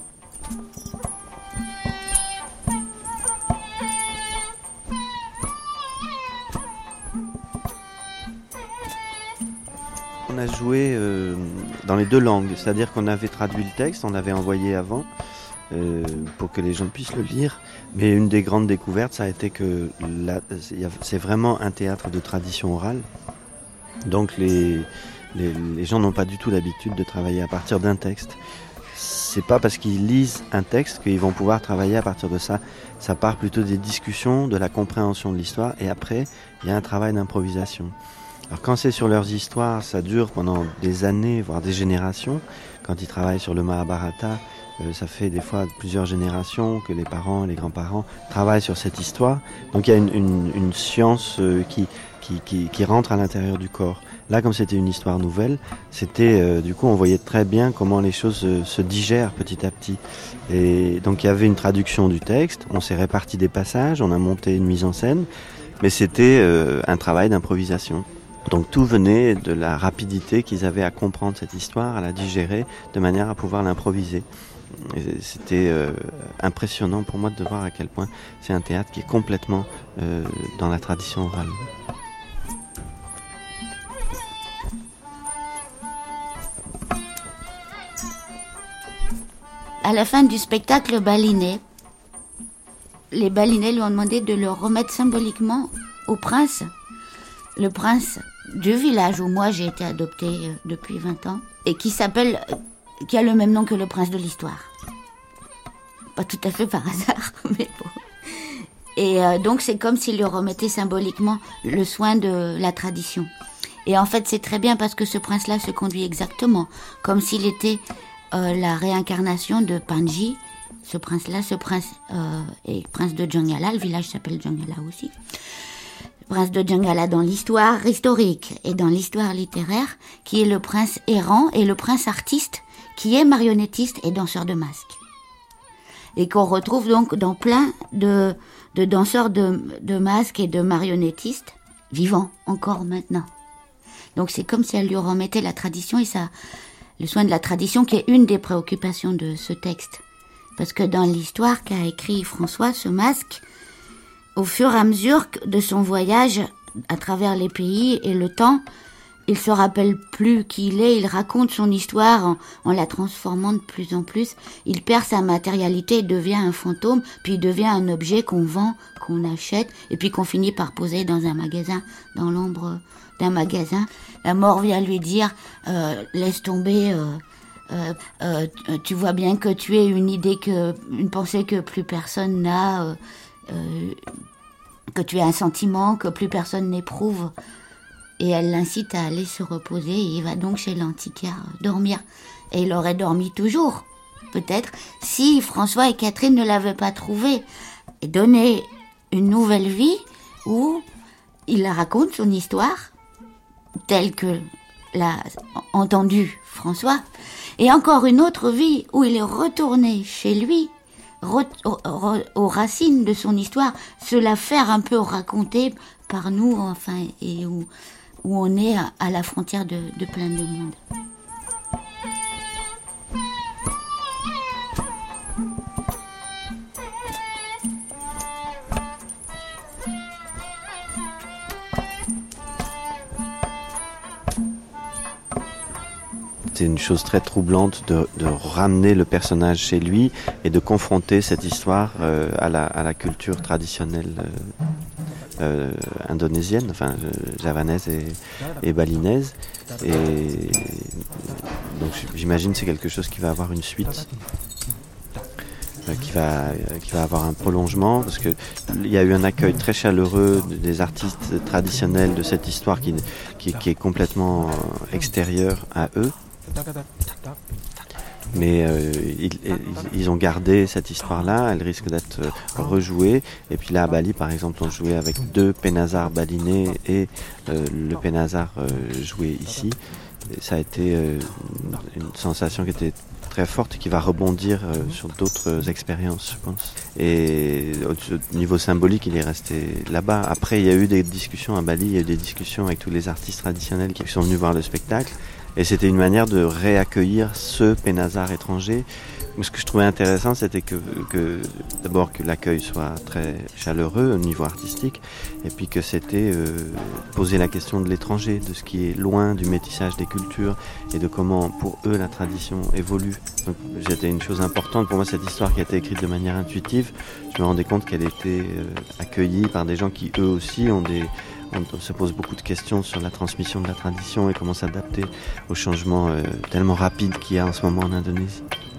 On a joué euh, dans les deux langues, c'est-à-dire qu'on avait traduit le texte, on l'avait envoyé avant euh, pour que les gens puissent le lire. Mais une des grandes découvertes, ça a été que la, c'est vraiment un théâtre de tradition orale. Donc les, les, les gens n'ont pas du tout l'habitude de travailler à partir d'un texte. C'est pas parce qu'ils lisent un texte qu'ils vont pouvoir travailler à partir de ça. Ça part plutôt des discussions, de la compréhension de l'histoire, et après, il y a un travail d'improvisation. Alors quand c'est sur leurs histoires, ça dure pendant des années, voire des générations. Quand ils travaillent sur le Mahabharata, euh, ça fait des fois plusieurs générations que les parents, les grands-parents travaillent sur cette histoire. Donc il y a une, une, une science euh, qui, qui, qui, qui rentre à l'intérieur du corps. Là, comme c'était une histoire nouvelle, c'était euh, du coup on voyait très bien comment les choses euh, se digèrent petit à petit. Et donc il y avait une traduction du texte, on s'est réparti des passages, on a monté une mise en scène, mais c'était euh, un travail d'improvisation. Donc tout venait de la rapidité qu'ils avaient à comprendre cette histoire, à la digérer, de manière à pouvoir l'improviser. Et c'était euh, impressionnant pour moi de voir à quel point c'est un théâtre qui est complètement euh, dans la tradition orale. À la fin du spectacle Balinais, les Balinais lui ont demandé de le remettre symboliquement au prince, le prince du village où moi j'ai été adoptée depuis vingt ans, et qui s'appelle, qui a le même nom que le prince de l'histoire. Pas tout à fait par hasard, mais bon. Et euh, donc c'est comme s'il lui remettait symboliquement le soin de la tradition. Et en fait c'est très bien parce que ce prince-là se conduit exactement comme s'il était euh, la réincarnation de Panji. Ce prince-là, ce prince euh, est prince de Djangala, le village s'appelle Djangala aussi. Le prince de Djangala dans l'histoire historique et dans l'histoire littéraire, qui est le prince errant et le prince artiste, qui est marionnettiste et danseur de masques. Et qu'on retrouve donc dans plein de, de danseurs de, de masques et de marionnettistes vivants encore maintenant. Donc c'est comme si elle lui remettait la tradition et ça, le soin de la tradition qui est une des préoccupations de ce texte. Parce que dans l'histoire qu'a écrit François, ce masque, au fur et à mesure de son voyage à travers les pays et le temps, il se rappelle plus qui il est, il raconte son histoire en, en la transformant de plus en plus. Il perd sa matérialité, il devient un fantôme, puis il devient un objet qu'on vend, qu'on achète, et puis qu'on finit par poser dans un magasin, dans l'ombre d'un magasin. La mort vient lui dire euh, « laisse tomber, euh, euh, euh, tu vois bien que tu es une idée, que une pensée que plus personne n'a, euh, euh, que tu es un sentiment que plus personne n'éprouve. » Et elle l'incite à aller se reposer et il va donc chez l'antiquaire dormir. Et il aurait dormi toujours, peut-être, si François et Catherine ne l'avaient pas trouvé et donné une nouvelle vie où il raconte son histoire telle que l'a entendu François, et encore une autre vie où il est retourné chez lui, re, au, au, aux racines de son histoire, se la faire un peu raconter par nous, enfin, et où, où on est à, à la frontière de, de plein de monde. C'est une chose très troublante de, de ramener le personnage chez lui et de confronter cette histoire euh, à, la, à la culture traditionnelle euh, euh, indonésienne, enfin euh, javanaise et, et balinaise. Et donc j'imagine que c'est quelque chose qui va avoir une suite, euh, qui va, qui va avoir un prolongement, parce qu'il y a eu un accueil très chaleureux des artistes traditionnels de cette histoire qui, qui, qui est complètement extérieure à eux. Mais euh, ils, ils ont gardé cette histoire-là, elle risque d'être rejouée. Et puis là, à Bali, par exemple, on jouait avec deux Penazar balinais et euh, le Penazar euh, joué ici. Et ça a été euh, une sensation qui était très forte et qui va rebondir euh, sur d'autres expériences, je pense. Et au niveau symbolique, il est resté là-bas. Après, il y a eu des discussions à Bali, il y a eu des discussions avec tous les artistes traditionnels qui sont venus voir le spectacle. Et c'était une manière de réaccueillir ce Penazar étranger. Ce que je trouvais intéressant, c'était que, que d'abord que l'accueil soit très chaleureux au niveau artistique, et puis que c'était euh, poser la question de l'étranger, de ce qui est loin du métissage des cultures, et de comment pour eux la tradition évolue. Donc c'était une chose importante pour moi, cette histoire qui a été écrite de manière intuitive. Je me rendais compte qu'elle était euh, accueillie par des gens qui eux aussi ont des... On se pose beaucoup de questions sur la transmission de la tradition et comment s'adapter aux changements euh, tellement rapides qu'il y a en ce moment en Indonésie.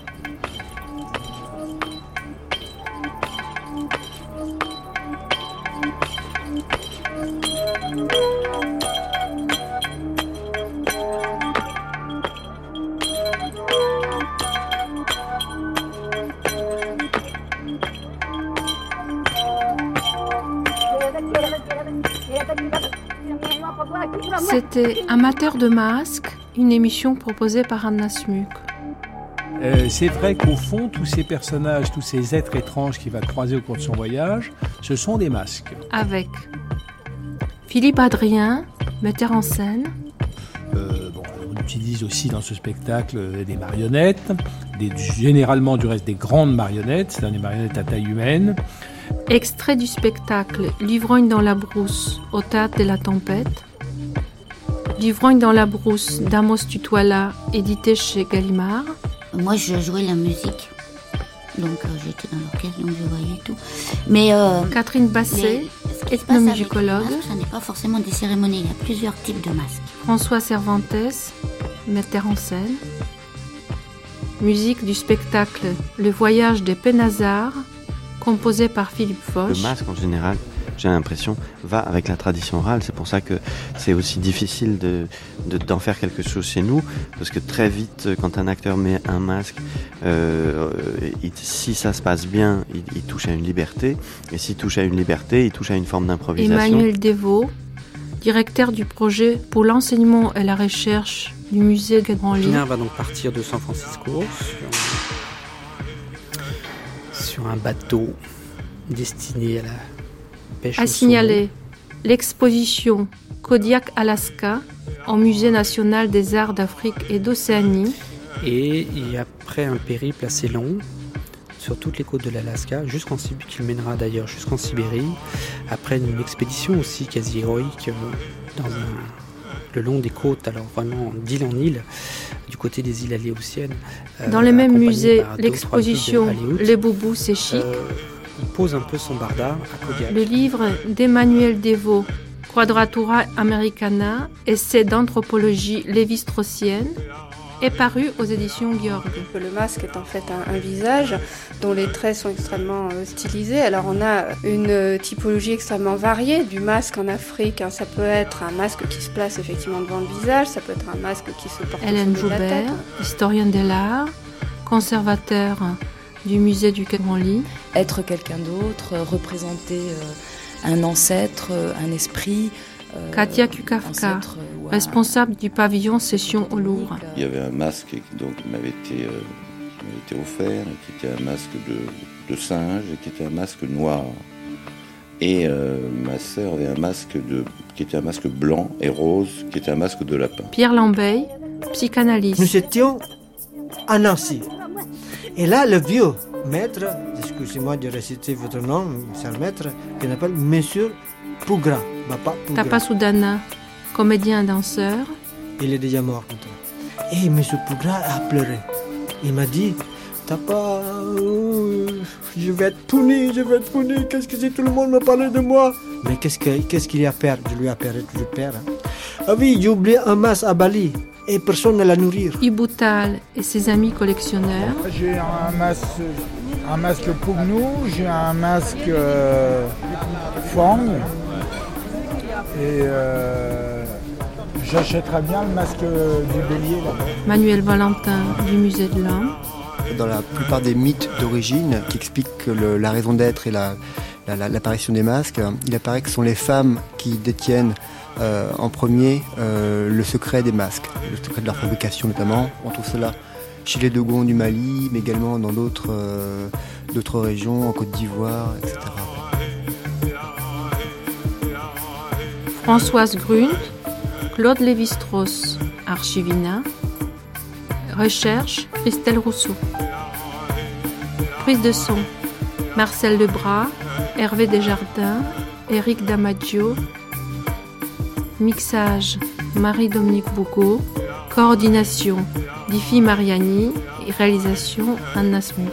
C'était Amateur de masques, une émission proposée par Anna Smuk. Euh, c'est vrai qu'au fond, tous ces personnages, tous ces êtres étranges qu'il va croiser au cours de son voyage, ce sont des masques. Avec Philippe Adrien, metteur en scène. Euh, bon, on utilise aussi dans ce spectacle des marionnettes, des, généralement du reste des grandes marionnettes, c'est-à-dire des marionnettes à taille humaine. Extrait du spectacle L'ivrogne dans la brousse au théâtre de la tempête. L'ivrogne dans la brousse d'Amos Tutuala, édité chez Gallimard. Moi, je jouais la musique, donc euh, j'étais dans l'orchestre, donc je voyais tout. Mais euh, Catherine Basset, ethnomusicologue. Ça n'est pas forcément des cérémonies, il y a plusieurs types de masques. François Cervantes, metteur en scène. Musique du spectacle Le voyage des Penazar, composé par Philippe Foch. Le masque en général, j'ai l'impression, va avec la tradition orale. C'est pour ça que c'est aussi difficile de, de, d'en faire quelque chose chez nous, parce que très vite, quand un acteur met un masque, euh, il, si ça se passe bien, il, il touche à une liberté, et s'il touche à une liberté, il touche à une forme d'improvisation. Emmanuel Devaux, directeur du projet pour l'enseignement et la recherche du musée de Grand Lille. Pina va donc partir de San Francisco sur, sur un bateau destiné à la pêche a signalé l'exposition Kodiak Alaska au Musée national des arts d'Afrique et d'Océanie. Et, et après un périple assez long sur toutes les côtes de l'Alaska, jusqu'en Sibérie, qu'il mènera d'ailleurs jusqu'en Sibérie, après une expédition aussi quasi héroïque dans un, le long des côtes, alors vraiment d'île en île, du côté des îles Aléoutiennes. Dans euh, le même musée, l'exposition Les Boubous, c'est chic. Euh, Il pose un peu son barda à Kodiak. Le livre d'Emmanuel Devaux, Quadratura Americana, essai d'anthropologie lévi-straussienne, est paru aux éditions Georg. Le masque est en fait un, un visage dont les traits sont extrêmement euh, stylisés. Alors on a une euh, typologie extrêmement variée du masque en Afrique. Hein. Ça peut être un masque qui se place effectivement devant le visage, ça peut être un masque qui se porte Hélène au-dessus de la tête. Joubert, historienne de l'art, conservateur du musée du Quai Branly. Être quelqu'un d'autre, représenter un ancêtre, un esprit, Katia Kukavka, responsable du pavillon Session au Louvre. Il y avait un masque donc, qui m'avait été, euh, qui m'avait été offert, qui était un masque de, de singe, et qui était un masque noir. Et euh, ma sœur avait un masque de, qui était un masque blanc et rose, qui était un masque de lapin. Pierre Lambeil, psychanalyste. Nous étions à Nancy. Et là, le vieux maître, excusez-moi de réciter votre nom, c'est un maître, qui s'appelle Monsieur Pougra. Papa Pougra. Tapasoudana, comédien danseur. Il est déjà mort maintenant. Et Monsieur Pougra a pleuré. Il m'a dit, Tapa, euh, je vais être puni, je vais être puni, qu'est-ce que c'est, tout le monde me parlait de moi. Mais qu'est-ce, que, qu'est-ce qu'il y a à faire? Je lui ai appelé, je perds. Hein. Ah oui, j'ai oublié un masque à Bali. Et personne ne la nourrir. Iboutal et ses amis collectionneurs. J'ai un masque, un masque Pugnou, j'ai un masque euh, Fang. Et euh, j'achèterais bien le masque du bélier là. Manuel Valentin du Musée de l'Homme. Dans la plupart des mythes d'origine qui expliquent le, la raison d'être et la, la, la, l'apparition des masques, il apparaît que ce sont les femmes qui détiennent Euh, en premier euh, le secret des masques, le secret de leur fabrication notamment. On trouve cela chez les Dogons du Mali, mais également dans d'autres, euh, d'autres régions, en Côte d'Ivoire, et cetera. Françoise Grund, Claude Lévi-Strauss, Archivina. Recherche, Christelle Rousseau. Prise de son, Marcel Lebras, Hervé Desjardins, Éric Damaggio. Mixage, Marie-Dominique Boucaud. Coordination, Diffie Mariani. Et réalisation, Anna Smuk.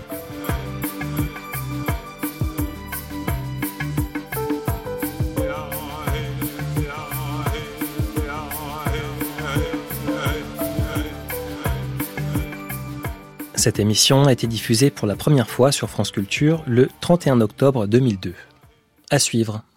Cette émission a été diffusée pour la première fois sur France Culture le trente et un octobre deux mille deux. À suivre.